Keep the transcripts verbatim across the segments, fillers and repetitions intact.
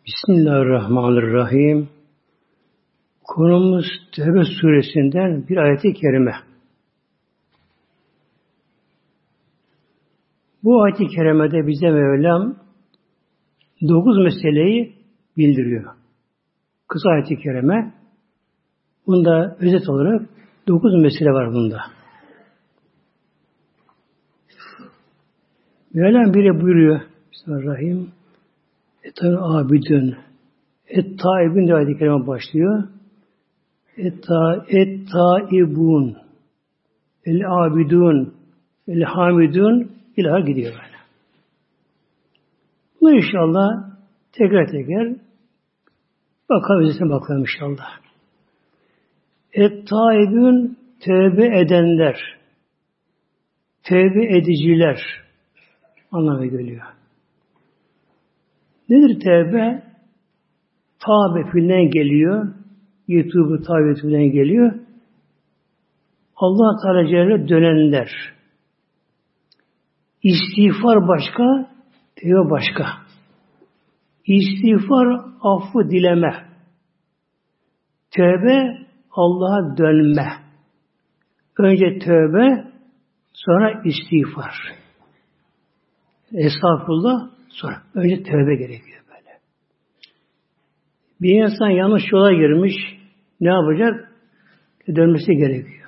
Bismillahirrahmanirrahim. Konumuz Tevbe suresinden bir ayet-i kerime. Bu ayet-i kerimede bize Mevlam dokuz meseleyi bildiriyor. Kısa ayet-i kerime. Bunda özet olarak dokuz mesele var bunda. Mevlam biri buyuruyor. Bismillahirrahmanirrahim. Et-tabi abidün. Et-taibün de ayet-i kerime başlıyor. Et-taibun. El-abidun. El-hamidun. İlaha gidiyor böyle. Bunu inşallah tekrar tekrar bakalım, özetine bakalım inşallah. Et-taibün tövbe edenler. Tövbe ediciler anlamına geliyor. Nedir tevbe? Tâbe fiilen geliyor. Yetubu tâbe fiilen geliyor. Allah Teala Celle dönenler. İstiğfar başka, tevbe başka. İstiğfar affı dileme. Tevbe Allah'a dönme. Önce tövbe, sonra istiğfar. Estağfurullah, sonra önce tövbe gerekiyor böyle. Bir insan yanlış yola girmiş, ne yapacak? Dönmesi gerekiyor.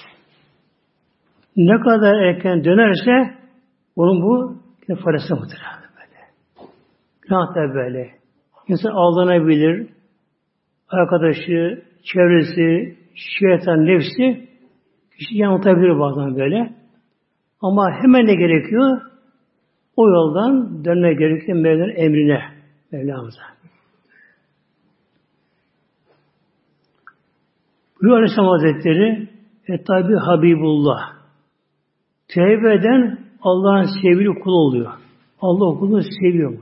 Ne kadar erken dönerse onun bu faydası mıdır? Böyle. Günah da böyle. İnsan aldanabilir, arkadaşı, çevresi, şeytan, nefsi kişi yanıltabilir bazen böyle. Ama hemen ne gerekiyor? O yoldan dönme gerekiyor Mevla'nın emrine, Mevlamıza. Buyuruyor Aleyhisselam Hazretleri, Et-tabi Habibullah. Tevbe eden Allah'ın sevgili kulu oluyor. Allah kulunu seviyor.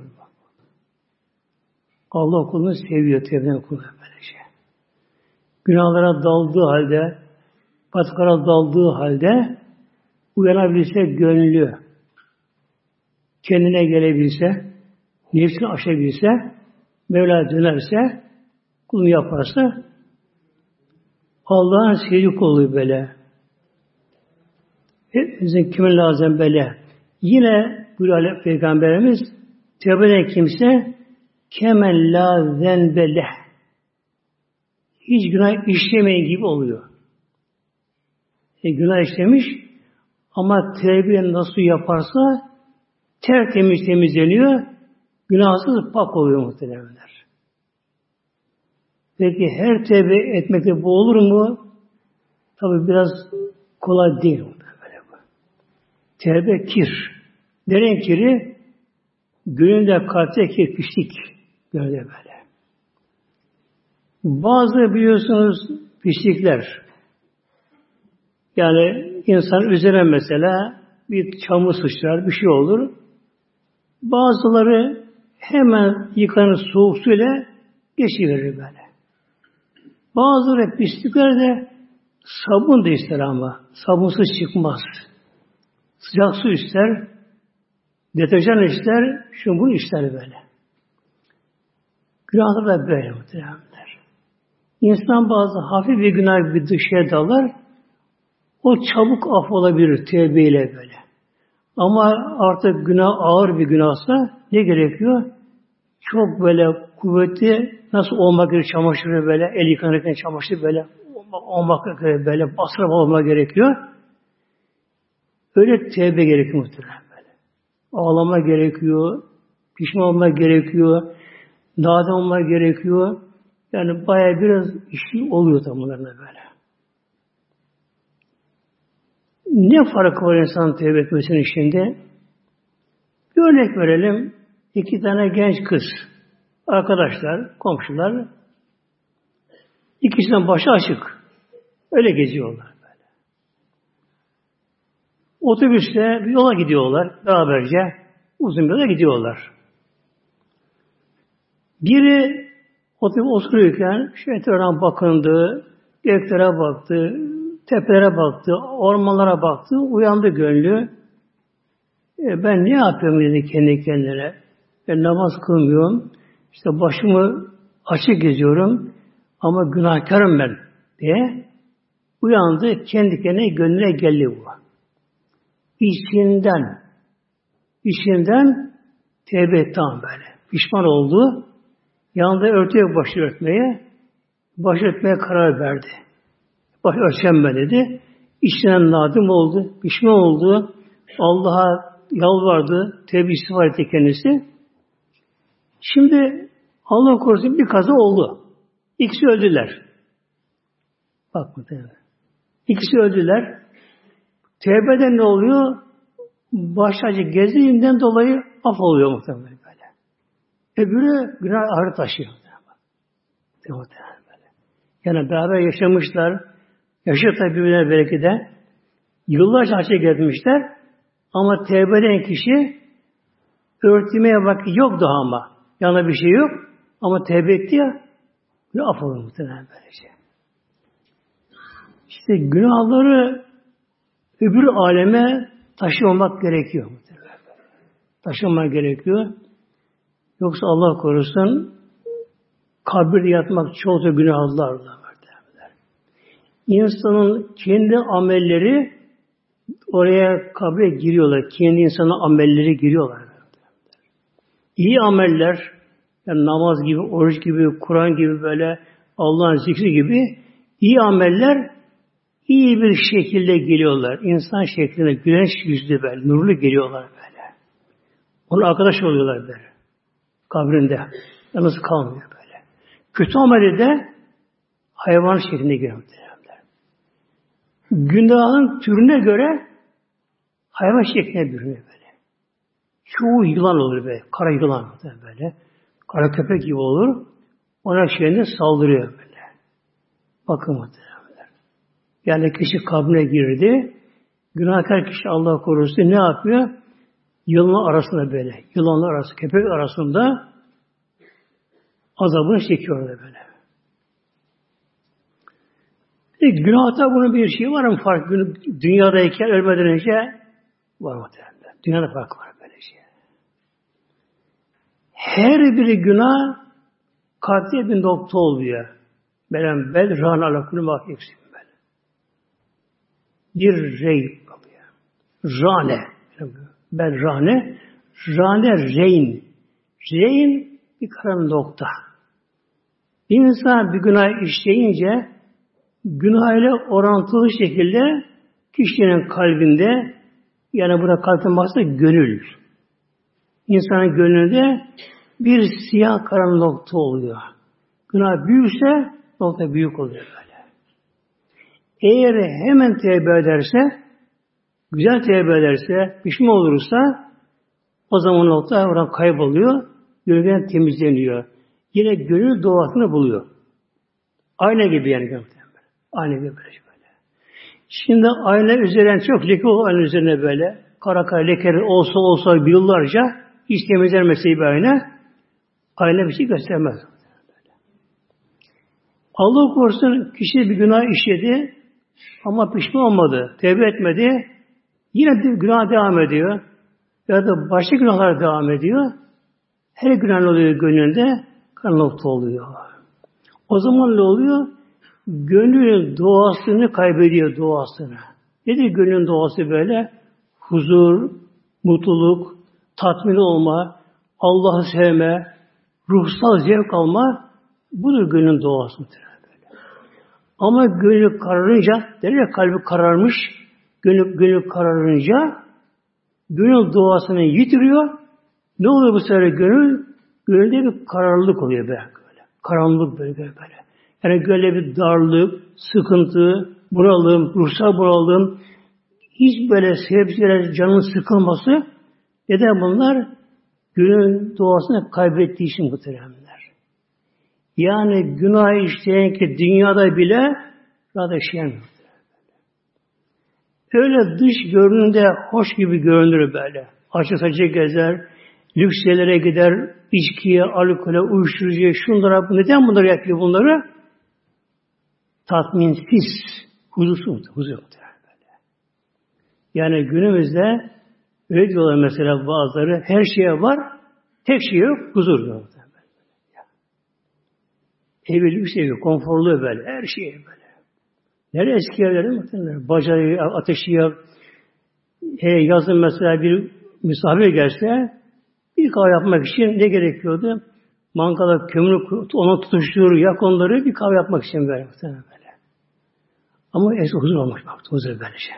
Allah kulunu seviyor, tevbe eden kulunu böylece. Günahlara daldığı halde, batıklara daldığı halde uyanabilse gönlü, kendine gelebilse, nefsini aşabilse, Mevla dönerse, kulunu yaparsa, Allah'ın sevgili kulu oluyor böyle. Hepimizin kime lazım böyle. Yine buyuruyor Peygamberimiz, tevbe eden kimse kemen la zenbele. Hiç günah işlemeyin gibi oluyor. E, günah işlemiş ama tevbe nasıl yaparsa tertemiz temizleniyor, günahsız pak oluyor muhtemelenler. Peki her tevbe etmekte bu olur mu? Tabi biraz kolay değil. Tevbe kir. Neren kiri? Gönülde kalpte kir, pislik. Gönülde böyle. Bazı biliyorsunuz pislikler. Yani insan üzerine mesela bir çamur sıçrar, bir şey olur. Bazıları hemen yıkanır soğuk suyla geçiverir böyle. Bazıları pislikler de sabun da ister ama sabunsuz çıkmaz. Sıcak su ister, deterjan ister, şunu bunu ister böyle. Günahlar da böyle muhtemelenler. İnsan bazı hafif bir günah bir dışarı dalar, o çabuk af olabilir tevbeyle böyle. Ama artık günah ağır bir günahsa ne gerekiyor? Çok böyle kuvvetli, nasıl olmak gerekiyor çamaşırı böyle, el yıkanırken çamaşırı böyle olmak gerekiyor, böyle basraf olmak gerekiyor. Öyle tevbe gerekiyor muhtemelen böyle. Ağlama gerekiyor, pişman olmak gerekiyor, nadan olmak gerekiyor. Yani bayağı biraz işi oluyor tam bunlarla böyle. Ne farkı var insan tevbe etmesinin içinde? Bir örnek verelim. İki tane genç kız, arkadaşlar, komşular, ikisinden başı açık. Öyle geziyorlar böyle. Otobüste bir yola gidiyorlar beraberce. Uzun bir yola gidiyorlar. Biri otobüs oturuyorken şu etrafına bakındı, göklere baktı, tepelere baktı, ormanlara baktı, uyandı gönlü. E ben ne yapıyorum dedi kendi kendine. Ben namaz kılmıyorum. İşte başımı açık geziyorum ama günahkarım ben diye uyandı. Kendi kendine gönlüne geldi bu. İçinden içinden tevbe etti böyle. Pişman oldu. Yanında örtüye başı örtmeye başı örtmeye karar verdi. Başı örteceğim ben dedi. İçinden nadim oldu. Pişman oldu. Allah'a yalvardı. Tevbe istiğfar etti kendisi. Şimdi Allah korusun bir kaza oldu. İkisi öldüler. Bak muhtemelen. İkisi öldüler. Tevbeden ne oluyor? Başacı gezdiğinden dolayı af oluyor muhtemelen böyle. Öbürü günah ağır taşıyor. Muhtemelen böyle. Yani beraber yaşamışlar. Yaşıyor tabi birbirine belki de. Yıllarca hacca gezmişler. Ama tevbe eden kişi örtmeye vakit yok daha ama. Yanında bir şey yok. Ama tevbe etti ya bir af olur muhtemelen böylece. İşte günahları öbür aleme taşımamak gerekiyor. Taşımamak gerekiyor. Yoksa Allah korusun kabirde yatmak çok da günahlarla. İnsanın kendi amelleri oraya kabre giriyorlar. Kendi insanın amelleri giriyorlar. İyi ameller, yani namaz gibi, oruç gibi, Kur'an gibi böyle Allah'ın zikri gibi iyi ameller iyi bir şekilde geliyorlar. İnsan şeklinde güneş yüzlü böyle, nurlu geliyorlar böyle. Onun arkadaş oluyorlar böyle. Kabrinde. Yalnız kalmıyor böyle. Kötü ameli de hayvan şeklinde geliyor. Günahın türüne göre hayvan şekline bürünüyor böyle. Çoğu yılan olur böyle. Kara yılan böyle. Kara köpek gibi olur. Ona şeyinde saldırıyor böyle. Bakın muhtemelen. Yani kişi kabrine girdi. Günahkar kişi Allah korusun ne yapıyor? Yılanlar arasında böyle. Yılanlar arasında, köpek arasında azabını çekiyor böyle. E, günahta bunun bir şey var mı fark? Dünyadayken ölmeden önce var mı? Dünyada fark var böyle şey. Her bir günah kalpte bir nokta oluyor. Belen bel râne ala kulü mâk eksik böyle. Bir rey oluyor. Râne. Bel râne. Râne reyn. Reyn bir karan nokta. İnsan bir günah işleyince günah ile orantılı şekilde kişinin kalbinde, yani burada kalbin bahsede gönül. İnsanın gönlünde bir siyah karan nokta oluyor. Günah büyükse nokta büyük oluyor böyle. Eğer hemen tevbe ederse, güzel tevbe ederse, pişman olursa o zaman nokta oradan kayboluyor, gönülden temizleniyor. Yine gönül doğasını buluyor. Ayna gibi yani gönül. Ayna gibi böyle. Şimdi ayna üzerine çok leke o ayna üzerine böyle. Kara kara lekeler olsa olsa yıllarca hiç temizlenmesi bir ayna. Ayna bir şey göstermez. Allah korusun kişi bir günah işledi ama pişman olmadı, tevbe etmedi. Yine de günah devam ediyor. Ya da başka günahlar devam ediyor. Her günah oluyor gönlünde kan nokta oluyor. O zaman ne oluyor? Gönlün doğasını kaybediyor doğasını. Nedir gönlün doğası böyle? Huzur, mutluluk, tatmin olma, Allah'ı sevme, ruhsal zevk alma, budur gönlün doğası. Böyle. Ama gönül kararınca, derler ya kalbi kararmış, gönül, gönül kararınca gönül doğasını yitiriyor. Ne oluyor bu sefer gönül? Gönülde bir kararlılık oluyor böyle. Karanlık böyle böyle. Yani böyle bir darlık, sıkıntı, bunalım, ruhsal bunalım, hiç böyle sebepsiz canın sıkılması, neden bunlar? Günün doğasını kaybettiği için bu teremler. Yani günah işleyen ki dünyada bile rahat yaşayamıyor. Öyle dış görünümde hoş gibi görünür böyle. Açık saçık gezer, lüks yerlere gider, içkiye, alkole, uyuşturucuya, şunlara, neden bunları yapıyor bunları? Tatminsiz, huzursuz, huzur yok. Yani günümüzde öyle diyorlar mesela bazıları, her şeye var, tek şey yok, huzur yok. Evi lüks evi, konforlu böyle, her şey böyle. Nerede eski evler muhtemelen? Bacağı, ateşi yak. E, yazın mesela bir misafir gelse bir kahve yapmak için ne gerekiyordu? Mangalda kömür ona tutuşturur, yak onları bir kahve yapmak için böyle. böyle. Ama eski huzur olmuş bak, huzur böylece.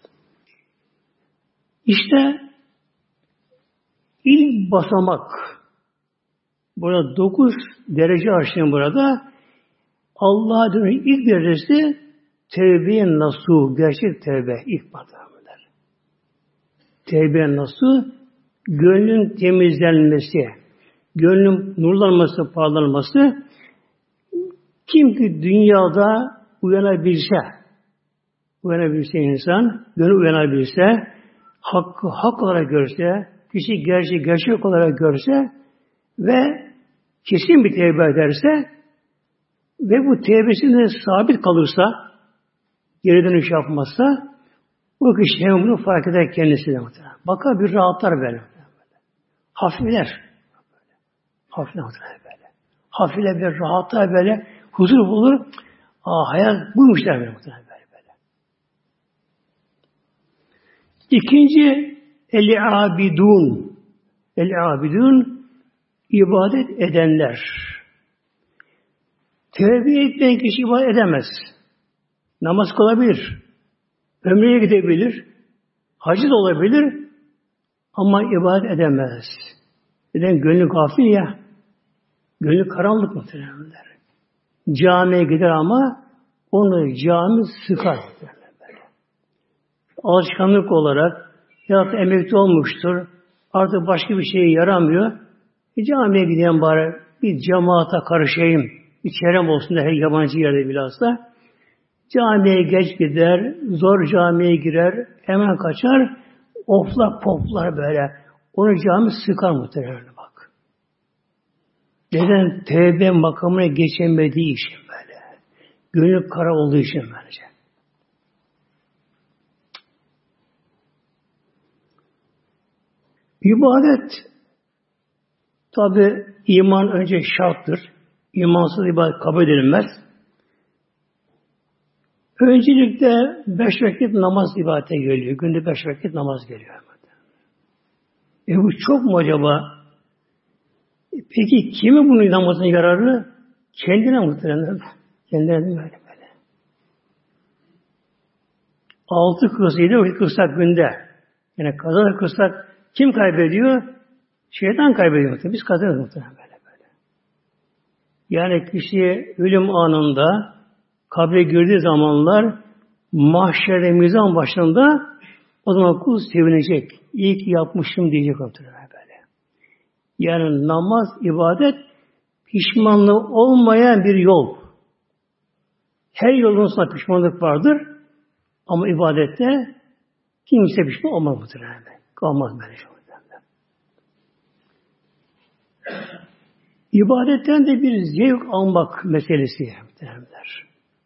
İşte ilk basamak burada dokuz derece aşkın burada Allah'a dönük ilk derecesi tevbe-i nasuh, gerçek tevbe ilk basamak. Tevbe-i nasuh gönlün temizlenmesi, gönlün nurlanması, parlanması. Kim ki dünyada uyanabilse, uyanabilse insan, gönül uyanabilse, hakkı hak olarak görse, kişi gerçeği gerçek olarak görse ve kesin bir tevbe ederse ve bu tevbesinde sabit kalırsa, geri dönüş yapmazsa, o kişi hemen bunu fark eder kendisi de muhtemelen. Bakar bir rahatlar böyle. Hafifler. Hafifler böyle. Hafifler bir rahatlar böyle. Huzur bulur. Aa, hayat buymuşlar böyle muhtemelen böyle. böyle. İkinci el-abidun. El-abidun ibadet edenler. Tevbe etmeyen kişi ibadet edemez. Namaz kılabilir. Ömreye gidebilir. Hacı da olabilir. Ama ibadet edemez. Neden? Gönlü gafil ya. Gönlü karanlık muhtemelen. Camiye gider ama onu cami sıkar. Böyle. Alışkanlık olarak ya da emekli olmuştur. Artık başka bir şeye yaramıyor. E, camiye giden bari bir cemaata karışayım. Bir çevrem olsun da her yabancı yerde bilhassa. Camiye geç gider, zor camiye girer, hemen kaçar, oflar poplar böyle. Onu cami sıkar muhtemelen bak. Neden? Tevbe makamına geçemediği için böyle. Gönül kara olduğu için böylece. İbadet tabi iman önce şarttır. İmansız ibadet kabul edilmez. Öncelikle beş vakit namaz ibadete geliyor. Günde beş vakit namaz geliyor. E bu çok mu acaba? Peki kimi bunun namazın yararı? Kendine muhtemelen. Kendine değil mi öyle böyle? Altı kırk, yedi vakit kırsak günde. Yani kaza kırsak kim kaybediyor? Şeytan kaybediyor muhtemelen. Biz kazanırız muhtemelen böyle böyle. Yani kişi ölüm anında kabre girdiği zamanlar mahşerde mizan başında o zaman kul sevinecek. İyi ki yapmışım diyecek muhtemelen böyle. Yani namaz, ibadet pişmanlığı olmayan bir yol. Her yolun sonunda pişmanlık vardır. Ama ibadette kimse pişman olmaz muhtemelen. Kalmaz böyle şey. İbadetten de bir zevk almak meselesi muhtemelenler.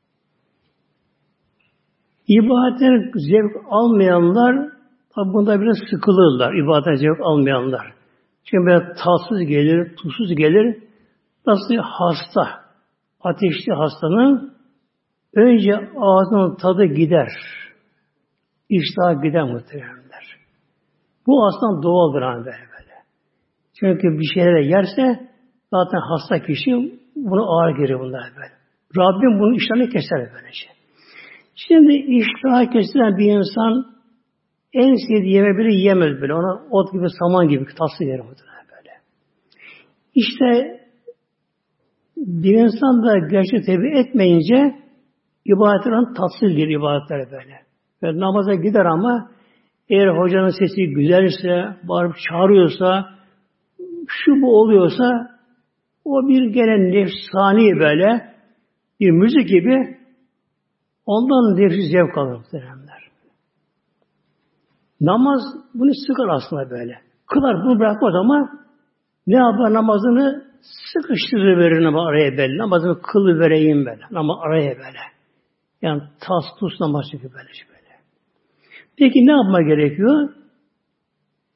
İbadetten zevk almayanlar tabi bunda biraz sıkılırlar. İbadetten zevk almayanlar. Çünkü böyle tatsız gelir, tuzsuz gelir. Nasıl hasta, ateşli hastanın önce ağzının tadı gider. İştah gider muhtemelenler. Bu aslında doğaldır hani böyle böyle. Çünkü bir şeyler yerse zaten hasta kişi bunu ağır gelir bunlar böyle. Rabbim bunun iştahını keser böylece. Şimdi iştahı kesilen bir insan en sevdiği yeme biri yiyemez böyle. Ona ot gibi, saman gibi tatlı yer böyle. İşte bir insan da gerçek tevbe etmeyince ibadetlerin tatsız gelir ibadetler böyle. Ve namaza gider ama eğer hocanın sesi güzelse, bağırıp çağırıyorsa, şu bu oluyorsa o bir gelen nefsani böyle bir müzik gibi ondan nefsi zevk alır muhteremler. Namaz bunu sıkar aslında böyle. Kılar bunu bırakmaz ama ne yapar namazını sıkıştırıverir ama araya böyle. Namazını kılıvereyim böyle. Ama araya böyle. Yani tas tuz namaz çünkü böyle. böyle. Peki ne yapma gerekiyor?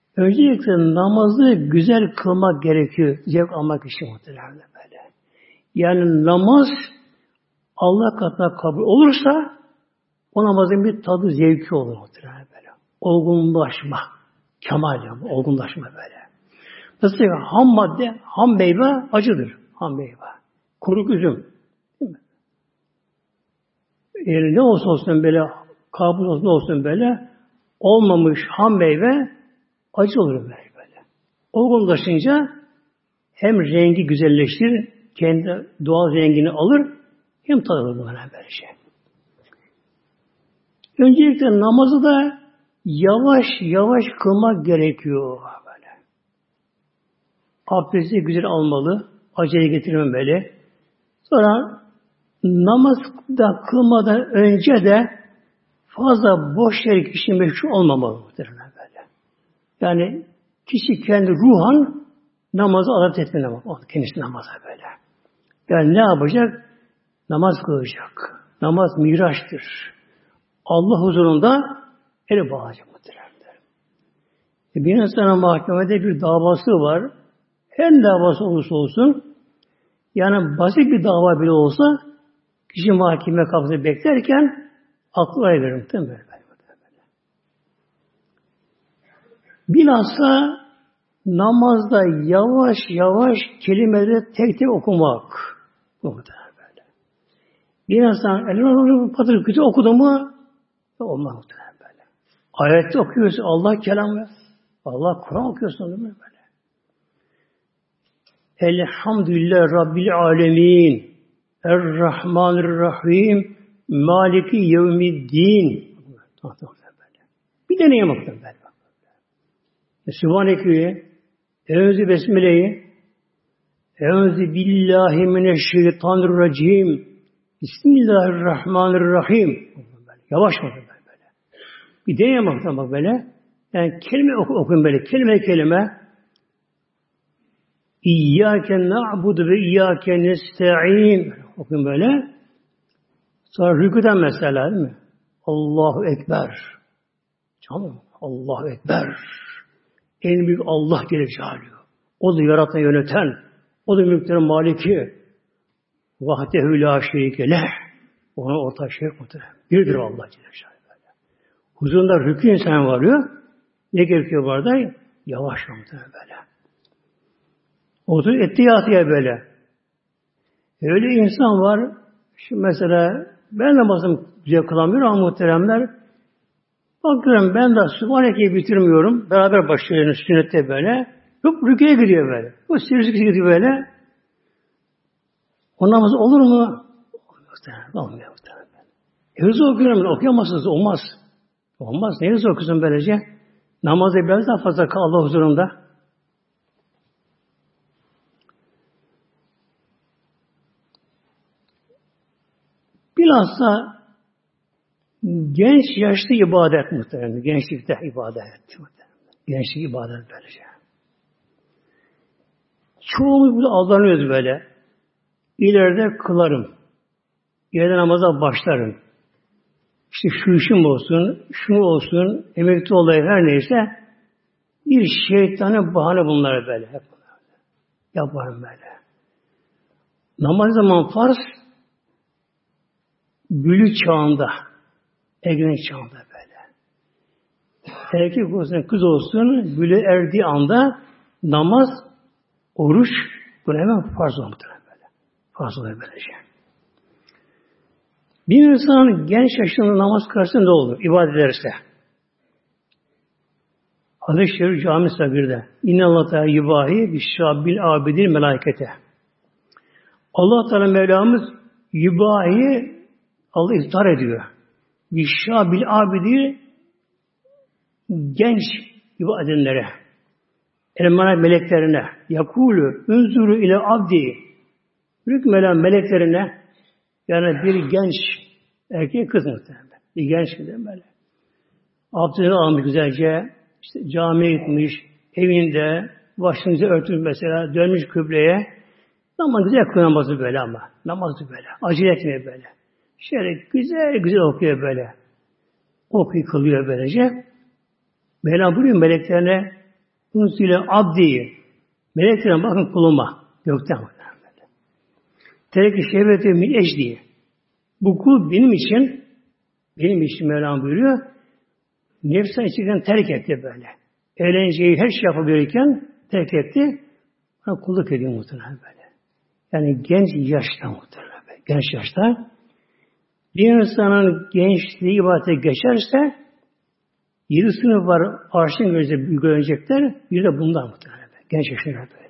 Öncelikle namazı güzel kılmak gerekiyor. Zevk almak için muhtemelen böyle. Yani namaz Allah katına kabul olursa o namazın bir tadı, zevki olur muhtemelen böyle. Olgunlaşma. Kemal yani. Olgunlaşma böyle. Nasıl ya? Ham madde, ham meyve acıdır. Ham meyve. Kuruk üzüm. Değil mi? Yani ne olsa olsun böyle, kabul olsun olsun böyle, olmamış ham meyve acı olur böyle. böyle. Olgunlaşınca hem rengi güzelleştirir, kendi doğal rengini alır, hem tadı olur böyle böyle şey. Öncelikle namazı da yavaş yavaş kılmak gerekiyor. Böyle. Abdesti güzel almalı, acele getirmemeli. Sonra namaz da kılmadan önce de fazla boş yere kişi meşgul olmamalı muhtemelen böyle. Yani kişi kendi ruhan namazı adapte etmeli. Kendisi namaza böyle. Yani ne yapacak? Namaz kılacak. Namaz miraçtır. Allah huzurunda eli bağlayacak muhtemelen. Bir insanın mahkemede bir davası var. Her davası olursa olsun, yani basit bir dava bile olsa, kişi mahkeme kapısını beklerken aklı verir. Değil mi? Bilhassa namazda yavaş yavaş kelimeleri tek tek okumak. Bu kadar böyle. Bir insan elini patır kütü okudu mu olmaz muhtemelen böyle. Ayette okuyorsun Allah kelamı. Allah Kur'an okuyorsun değil mi böyle? Elhamdülillah Rabbil alemin. Errahmanirrahim. Maliki yevmiddin. Bir deneye baktım ben. Sübhaneke'yi, Eûzü Besmele'yi, Eûzü billahi mineşşeytanirracim. Bismillahirrahmanirrahim. Yavaş bakın böyle. Bir deneye baktım bak böyle. Yani kelime oku, okuyun böyle. Kelime kelime. İyyâke na'budu ve iyyâke nesta'in. Okuyun böyle. Sonra rükûden mesela değil mi? Allahu Ekber. Canım. Allahu Ekber. En büyük Allah gelip çağırıyor. O da yaratan, yöneten. O da mülklerin maliki. Vahdehu la şerike leh. Ona ortak şerif muhtemelen. Birdir Allah gelip çağırıyor. Huzurunda rükû insan varıyor. Ne gerekiyor bu arada? Yavaş muhtemelen böyle. Otur etti yatıya böyle. Öyle insan var. Şimdi mesela ben namazım güzel kılamıyorum ama muhteremler, bakıyorum ben de Sübhaneke'yi bitirmiyorum. Beraber başlıyoruz sünnette böyle. Yok rüküye gidiyor böyle. O sürüsü gidiyor böyle. O namaz olur mu? Olmuyor. Olmuyor. E, hızlı okuyorum. Okuyamazsınız. Olmaz. Olmaz. Ne hızlı okuyorsun böylece? Namazda biraz daha fazla kal Allah huzurunda. Bilhassa genç yaşlı ibadet muhtemelen. Gençlikte ibadet. Gençlik ibadet böylece. Çoğumuz burada aldanıyoruz böyle. İleride kılarım. İleride namaza başlarım. İşte şu işim olsun, şunu olsun, emekli olayı her neyse bir şeytanın bahane bunlar böyle. Hep yaparım böyle. Namaz zaman farz bülü çağında, ergenlik çağında böyle. Erkek olsun, kız olsun, bülü erdiği anda namaz, oruç, bunu hemen farz olur böyle. Farz oluyor böylece. Bir insan genç yaşında namaz kılarsa ne olur? İbadet ederse. Hadis-i Şerif Cami Sabir'de. İnnallâhu Teâlâ yubâhi bişşâbil âbidil melâikete. Allah Teala Mevlamız yubâhi Allah ihtar ediyor. Bişşâbil âbidil genç ibadet edenlere. Elmanat meleklerine. Yakûlüünzürü ile abdi. Hükmelen meleklerine, yani bir genç erkek kız muhtemelen. Bir genç gibi böyle. Abdestini almış güzelce, işte camiye gitmiş, evinde, başını örtmüş mesela, dönmüş kıbleye. Ama güzel kılıyor namazı böyle ama. Namazı böyle. Acele etmiyor böyle. Şöyle güzel güzel okuyor böyle. Okuyor, kılıyor böylece. Mevlam buyuruyor meleklerine, Unzile abdi. Meleklerine bakın kuluma. Gökten böyle. Terk-i şehveti min ecdi. Bu kul benim için, benim için Mevlam buyuruyor, nefsine içinden terk etti böyle. Eğlenceyi her şey yapabilirken terk etti. Bana kulluk ediyor muhtemelen böyle. Yani genç yaşta muhtemelen böyle. Genç yaşta. Bir insanın gençliği ibadete geçerse yedi sınıf var, arşın gözle görecekler. Bir de bundan muhtemelen böyle. Genç yaşında böyle.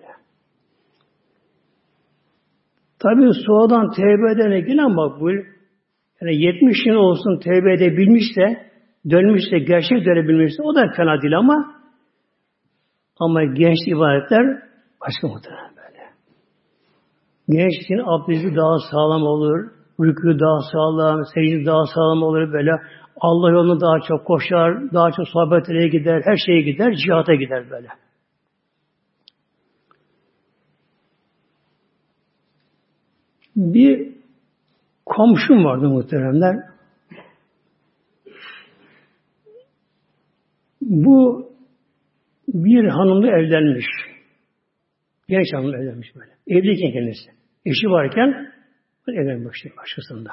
Tabii sonradan tevbe edene gelen makbul. Yani yetmiş yıl olsun tevbe edebilmişse, dönmüşse, gerçek dönebilmişse o da fena değil ama ama genç ibadetler başka muhtemelen böyle. Gençliğin abdesti daha sağlam olur, rükû daha sağlam, secde daha sağlam olur böyle. Allah yolunu daha çok koşar, daha çok sohbetlere gider, her şeye gider, cihata gider böyle. Bir komşum vardı muhteremler. Bu bir hanımla evlenmiş. Genç hanımla evlenmiş böyle. Evliyken kendisi. Eşi varken evlenmiş başkasında.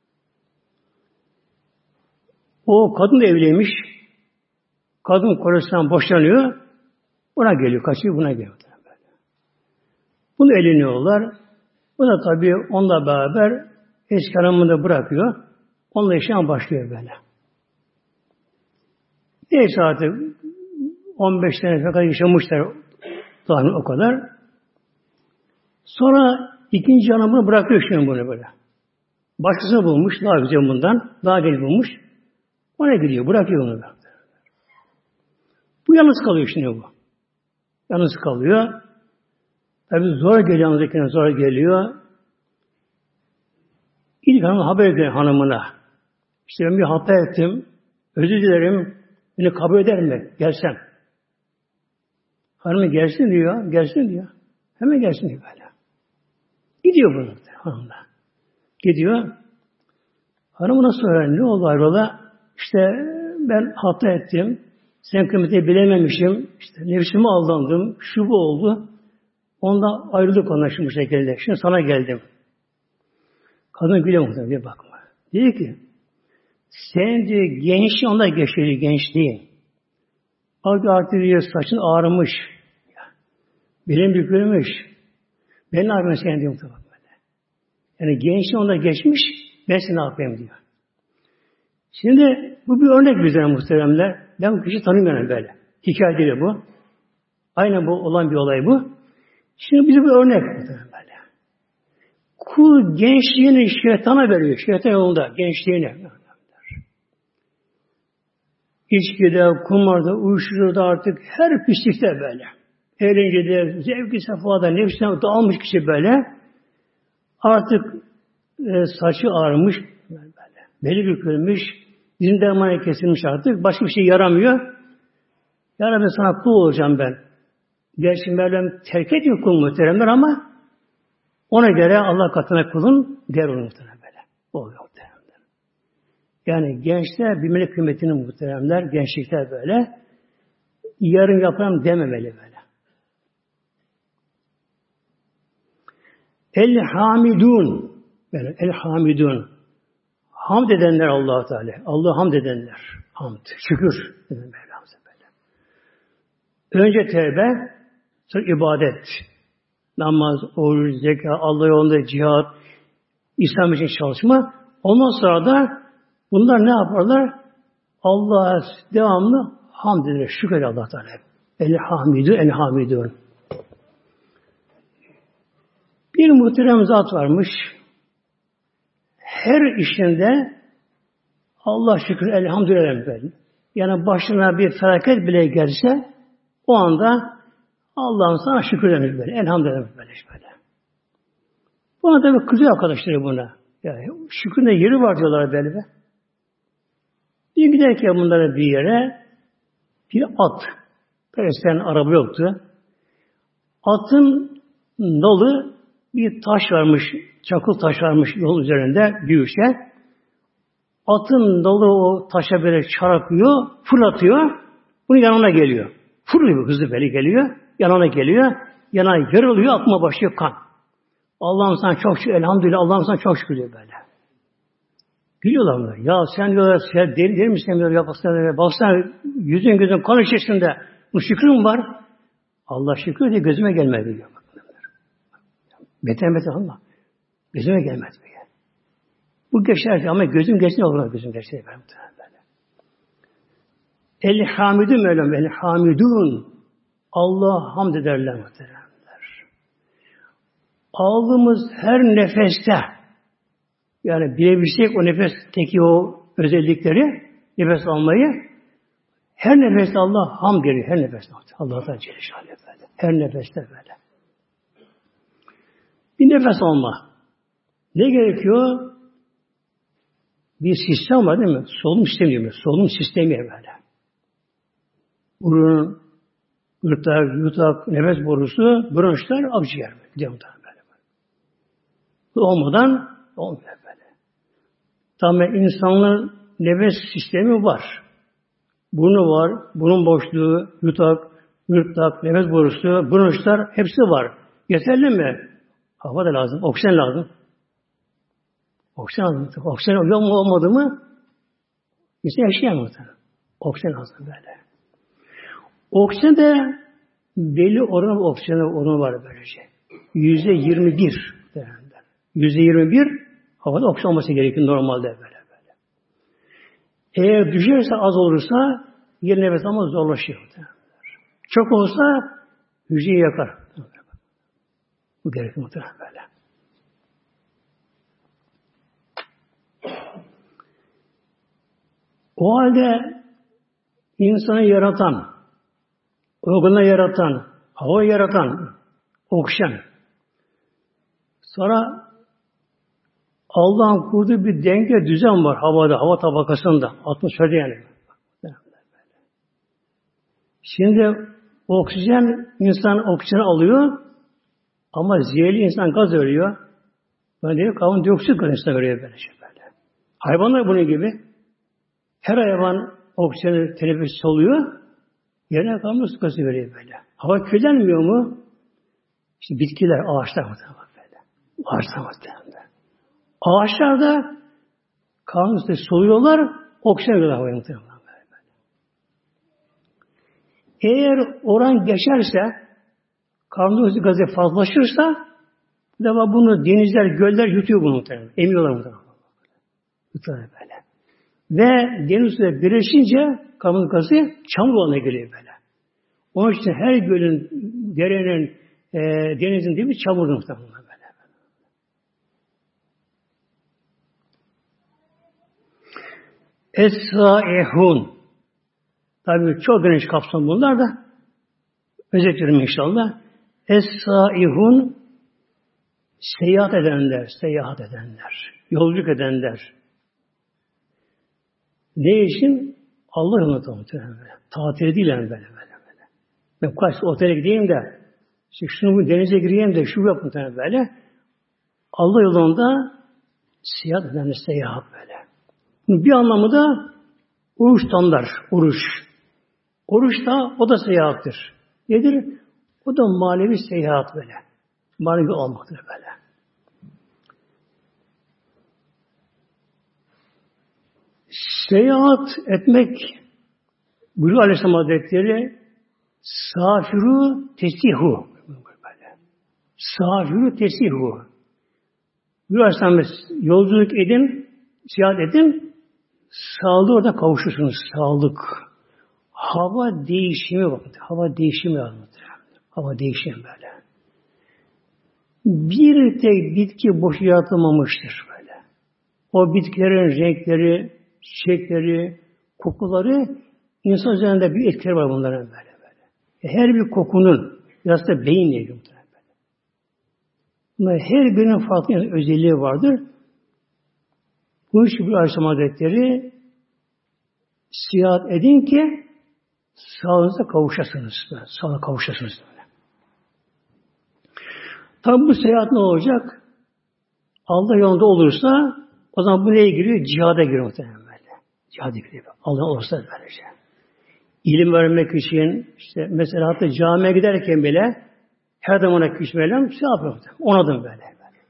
O kadın da evliymiş. Kadın kocasından boşanıyor. Buna geliyor. Kaçıyor buna geliyor. Böyle. Bunu eleniyorlar. Bu da tabii onunla beraber eski hanımını da bırakıyor. Onunla yaşayan başlıyor böyle. Neyse artık on beş sene kadar yaşamışlar tahmin o kadar. Sonra ikinci hanımını bırakıyor şimdi bunu böyle. Başkasını bulmuş, daha güzel bundan, daha genç bulmuş. Ona gidiyor, bırakıyor onu. Bu yalnız kalıyor şimdi bu. Yalnız kalıyor. Tabii zor geliyor, yalnızdakine zor geliyor. İlk hanım haber ediyor hanımına. İşte ben bir hata ettim, özür dilerim, beni kabul eder mi? Gelsem. Hanımı gelsin diyor, gelsin diyor. Hemen gelsin diyor böyle. Gidiyor bunu hanımla. Gidiyor. Hanımı nasıl öğrendi? Ne oldu ayrıla? İşte ben hata ettim. Sen kıymeti bilememişim. İşte nefsime aldandım. Şu bu oldu. Ondan ayrılık anlaşılmış bu şekilde. Şimdi sana geldim. Kadın gülüyor muhtemelen diye bakma. Diyor ki sen diyor gençliğin onda geçiyor gençliğin. Artık artık diyor saçın ağrımış. Belin bükülmüş. Ben ne yapayım sen diyor muhtemelen. Yani gençliğin onda geçmiş. Ben seni ne yapayım diyor. Şimdi bu bir örnek bize muhteremler. Ben bu kişiyi tanımıyorum böyle. Hikaye değil bu. Aynen bu olan bir olay bu. Şimdi bize bir örnek muhterem böyle. Kul gençliğini şeytana veriyor. Şeytan yolunda gençliğini. İçkide, kumarda, uyuşturucuda artık her pislikte böyle. Eğlencede, zevki sefada, nefsine dağılmış kişi böyle. Artık e, saçı ağarmış, böyle. Beli bükülmüş, dizin dermanı kesilmiş artık. Başka bir şey yaramıyor. Ya Rabbi sana kul olacağım ben. Gerçi Mevlam terk ediyor kul muhteremler ama ona göre Allah katına kulun değer olur muhterem böyle. Oluyor muhteremler. Yani gençler bilmeli kıymetini muhteremler. Gençlikler böyle. Yarın yaparım dememeli böyle. El-Hamidun. Böyle El-Hamidun. Hamd edenler Allah-u Teala. Allah'a hamd edenler. Hamd. Şükür. Mevlamıza böyle. Önce tevbe, sonra ibadet. Namaz, oruç, zekat, Allah yolunda cihat, İslam için çalışma. Ondan sonra da bunlar ne yaparlar? Allah'a devamlı hamd eder. Şükür Allah Teala. El-Hamidun, El-Hamidun. Bir muhterem zat varmış. Her işinde Allah şükür elhamdülillah böyle. Yani başına bir felaket bile gelse o anda Allah'ım sana şükür demiş böyle. Elhamdülillah böyle. böyle. Buna tabi kızıyor arkadaşları buna. Yani şükrün de yeri var diyorlar böyle be. Bir giderken bunlara bir yere bir at. Eskiden araba yoktu. Atın nolu bir taş varmış, çakıl taş varmış yol üzerinde büyükçe. Atın dalı o taşa böyle çarpıyor, fırlatıyor. Bunun yanına geliyor. Fırlıyor hızlı böyle geliyor. Yanına geliyor. Yana yarılıyor, atma başlıyor kan. Allah'ım sana çok şükür, elhamdülillah, Allah'ım sana çok şükür diyor böyle. Gülüyorlar bunlar. Ya sen diyorlar, sen deli, deli misin diyor, ya baksana, baksana yüzün gözün kan içerisinde. Bu şükrün mü var? Allah şükür diye gözüme gelmedi diyor. Beter beter Allah. Gözüme gelmedi diyor. Bu geçer ama gözüm geçsin olur gözüm geçsin böyle. El hamidun Mevlam, el hamidun. Allah hamd ederler muhteremler. Aldığımız her nefeste, yani bilebilsek o nefesteki o özellikleri, nefes almayı, her nefeste Allah hamd geliyor, her nefeste. Allah'tan Celle Şanlı böyle. Her nefeste böyle. Bir nefes alma. Ne gerekiyor? Bir sistem var değil mi? Solunum sistemi diyor. Solunum sistemi böyle. Burun, gırtlak, yutak, nefes borusu, bronşlar, akciğer. Gidiyor böyle. Bu olmadan olmuyor böyle. Tamamen insanların nefes sistemi var. Burnu var, burun boşluğu, yutak, gırtlak, nefes borusu, bronşlar hepsi var. Yeterli mi? Hava da lazım, oksijen lazım. Oksijen lazım. Oksijen olmadı mı insan yaşayamaz. Oksijen lazım böyle. Oksijen de belli oranı oksijen oranı var böylece. Yüzde yirmi bir. Yüzde yirmi bir havada oksijen olması gerekiyor normalde böyle böyle. Eğer düşerse az olursa yer nefes alma zorlaşıyor. Çok olsa hücreyi yakar. Bu gerekiyor muhtemelen böyle. O halde insanı yaratan, organı yaratan, hava yaratan, oksijen. Sonra Allah'ın kurduğu bir denge, düzen var havada, hava tabakasında, atmosferde yani. Şimdi oksijen, insan oksijen alıyor ama zehirli insan gaz veriyor. Böyle karbondioksit gaz insan veriyor böyle şey böyle. Hayvanlar bunun gibi. Her hayvan oksijeni teneffüs oluyor. Yerine karbondioksit gazı veriyor böyle. Hava kirlenmiyor mu? İşte bitkiler, ağaçlar mı böyle. Ağaçlar mı böyle. Ağaçlar da karbondioksit soluyorlar, oksijen veriyorlar havaya muhtemelen. Eğer oran geçerse, karbondioksit gazı fazlalaşırsa, bir defa bunu denizler, göller yutuyor bunu muhtemelen. Emiyorlar muhtemelen. Yutuyorlar böyle. Ve denizle birleşince karbondioksit gazı çamur haline geliyor böyle. Onun için her gölün, derenin, e, denizin dibi çamurlu muhtemelen böyle. Es-sâihun. Tabii çok geniş kapsam bunlar da. Özetlerim inşallah. Es-sâihun seyahat edenler, seyahat edenler, yolculuk edenler. Ne için? Allah yolunda muhtemelen böyle. Tatil değil yani böyle böyle böyle. Ben kaç otele gideyim de işte şunu bu denize gireyim de şu yapayım muhtemelen böyle. Allah yolunda seyahat edenler, seyahat böyle. Bir anlamı da oruç tutanlar, oruç. Oruç da o da seyahattir. Nedir? O da manevi seyahat böyle. Manevi olmaktır böyle. Seyahat etmek buyuruyor Aleyhisselam Hazretleri safiru tesihu böyle. Safiru tesihu. Buyuruyor Aleyhisselam yolculuk edin, seyahat edin, sağlığı orada kavuşursunuz. Sağlık. Hava değişimi bakın. Hava değişimi anlatıyor. Hava değişimi böyle. Bir tek bitki boş yaratılmamıştır böyle. O bitkilerin renkleri, çiçekleri, kokuları insan üzerinde bir etkileri var bunların böyle böyle. Her bir kokunun biraz da beyinle ilgili böyle. Bunlar her birinin farklı yani özelliği vardır. Bu işi bir Aleyhisselam Hazretleri seyahat edin ki sağlığınıza kavuşasınız. Sağlığa kavuşasınız. Böyle. Tabi bu seyahat ne olacak? Allah yolunda olursa o zaman bu neye giriyor? Cihada giriyor muhtemelen böyle. Cihada giriyor. Allah olursa böylece. İlim vermek için işte mesela hatta camiye giderken bile her zaman ona küçmeyle şey yapıyor. Onadım böyle. böyle.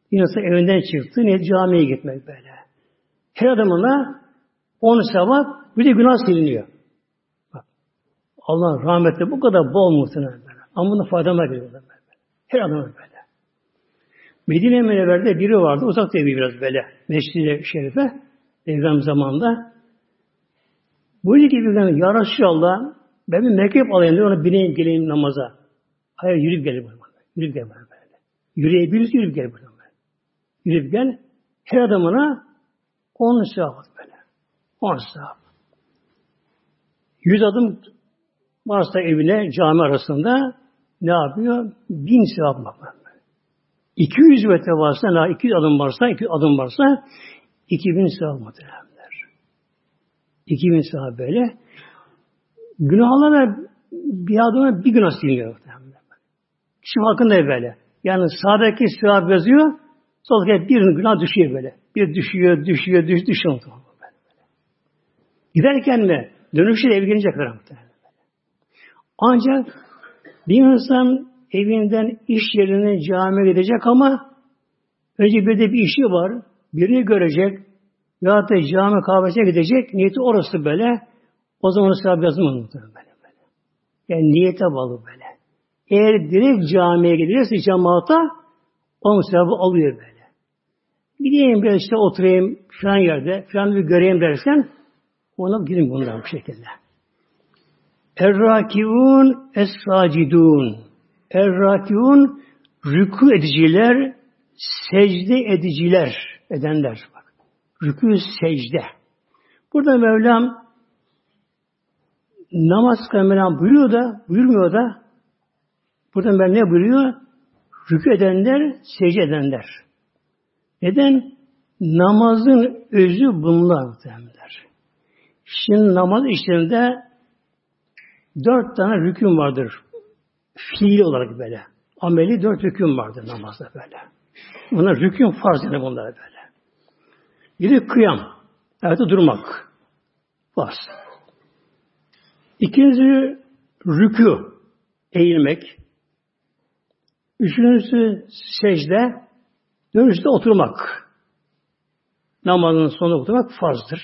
Bir insan evinden çıktı, niyet camiye gitmek böyle. Her adamına on sevap, bir de günah siliniyor. Bak, Allah'ın rahmeti bu kadar bol muhtemelen böyle. Ama bunda faydama geliyor böyle. Her adamın böyle. Medine Münevver'de biri vardı, uzak evi biraz böyle. Mescid-i Şerife, Peygamber zamanında. Buyurdu ki bir ya Resulallah, ben bir mektup alayım diyor, ona bineyim geleyim namaza. Hayır, yürüyüp gel bana. Yürüyüp gel bana böyle. Yürüyebilirsin, yürüyüp gel bana. Yürüyüp gel. Her adamına on sevap böyle. On sevap. Yüz adım varsa evine, cami arasında ne yapıyor? Bin sevap var. İki yüz metre varsa, ne iki yüz adım varsa, iki adım varsa iki bin sevap muhtemelenler. İki bin sevap böyle. Günahlarla bir adama bir günah siliniyor muhtemelen. Kişi farkında böyle. Yani sağdaki sevap yazıyor, soldaki birinin günah düşüyor böyle. Bir düşüyor, düşüyor, düş, düşüyor. Böyle. Giderken mi? Dönüşü de eve gelecekler muhtemelen. Ancak bir insan evinden iş yerine camiye gidecek ama önce bir de bir işi var. Birini görecek veyahut da cami kahvesine gidecek. Niyeti orası böyle. O zaman sevap yazılmaz muhtemelen böyle, böyle. Yani niyete bağlı böyle. Eğer direkt camiye giderse cemaata o sevabı alıyor böyle. Gideyim biraz işte oturayım filan yerde filan bir göreyim dersen ona girin bundan bu şekilde. Er-Rakiun Es-Sacidun. Er-Rakiun rükû ediciler, secde ediciler, edenler. Bak. Rükû secde. Burada Mevlam namaz kılmayan buyuruyor da, buyurmuyor da burada Mevlam ne buyuruyor? Rükû edenler, secde edenler. Neden? Namazın özü bunlar derler. Şimdi namaz işlerinde dört tane rükün vardır. Fiili olarak böyle. Ameli dört rükün vardır namazda böyle. Bunlar rükün farz yani bunlar böyle. Biri kıyam. Ayakta durmak. Farz. İkincisi rükû. Eğilmek. Üçüncüsü secde. Dördüncüsü de oturmak. Namazın sonunda oturmak farzdır.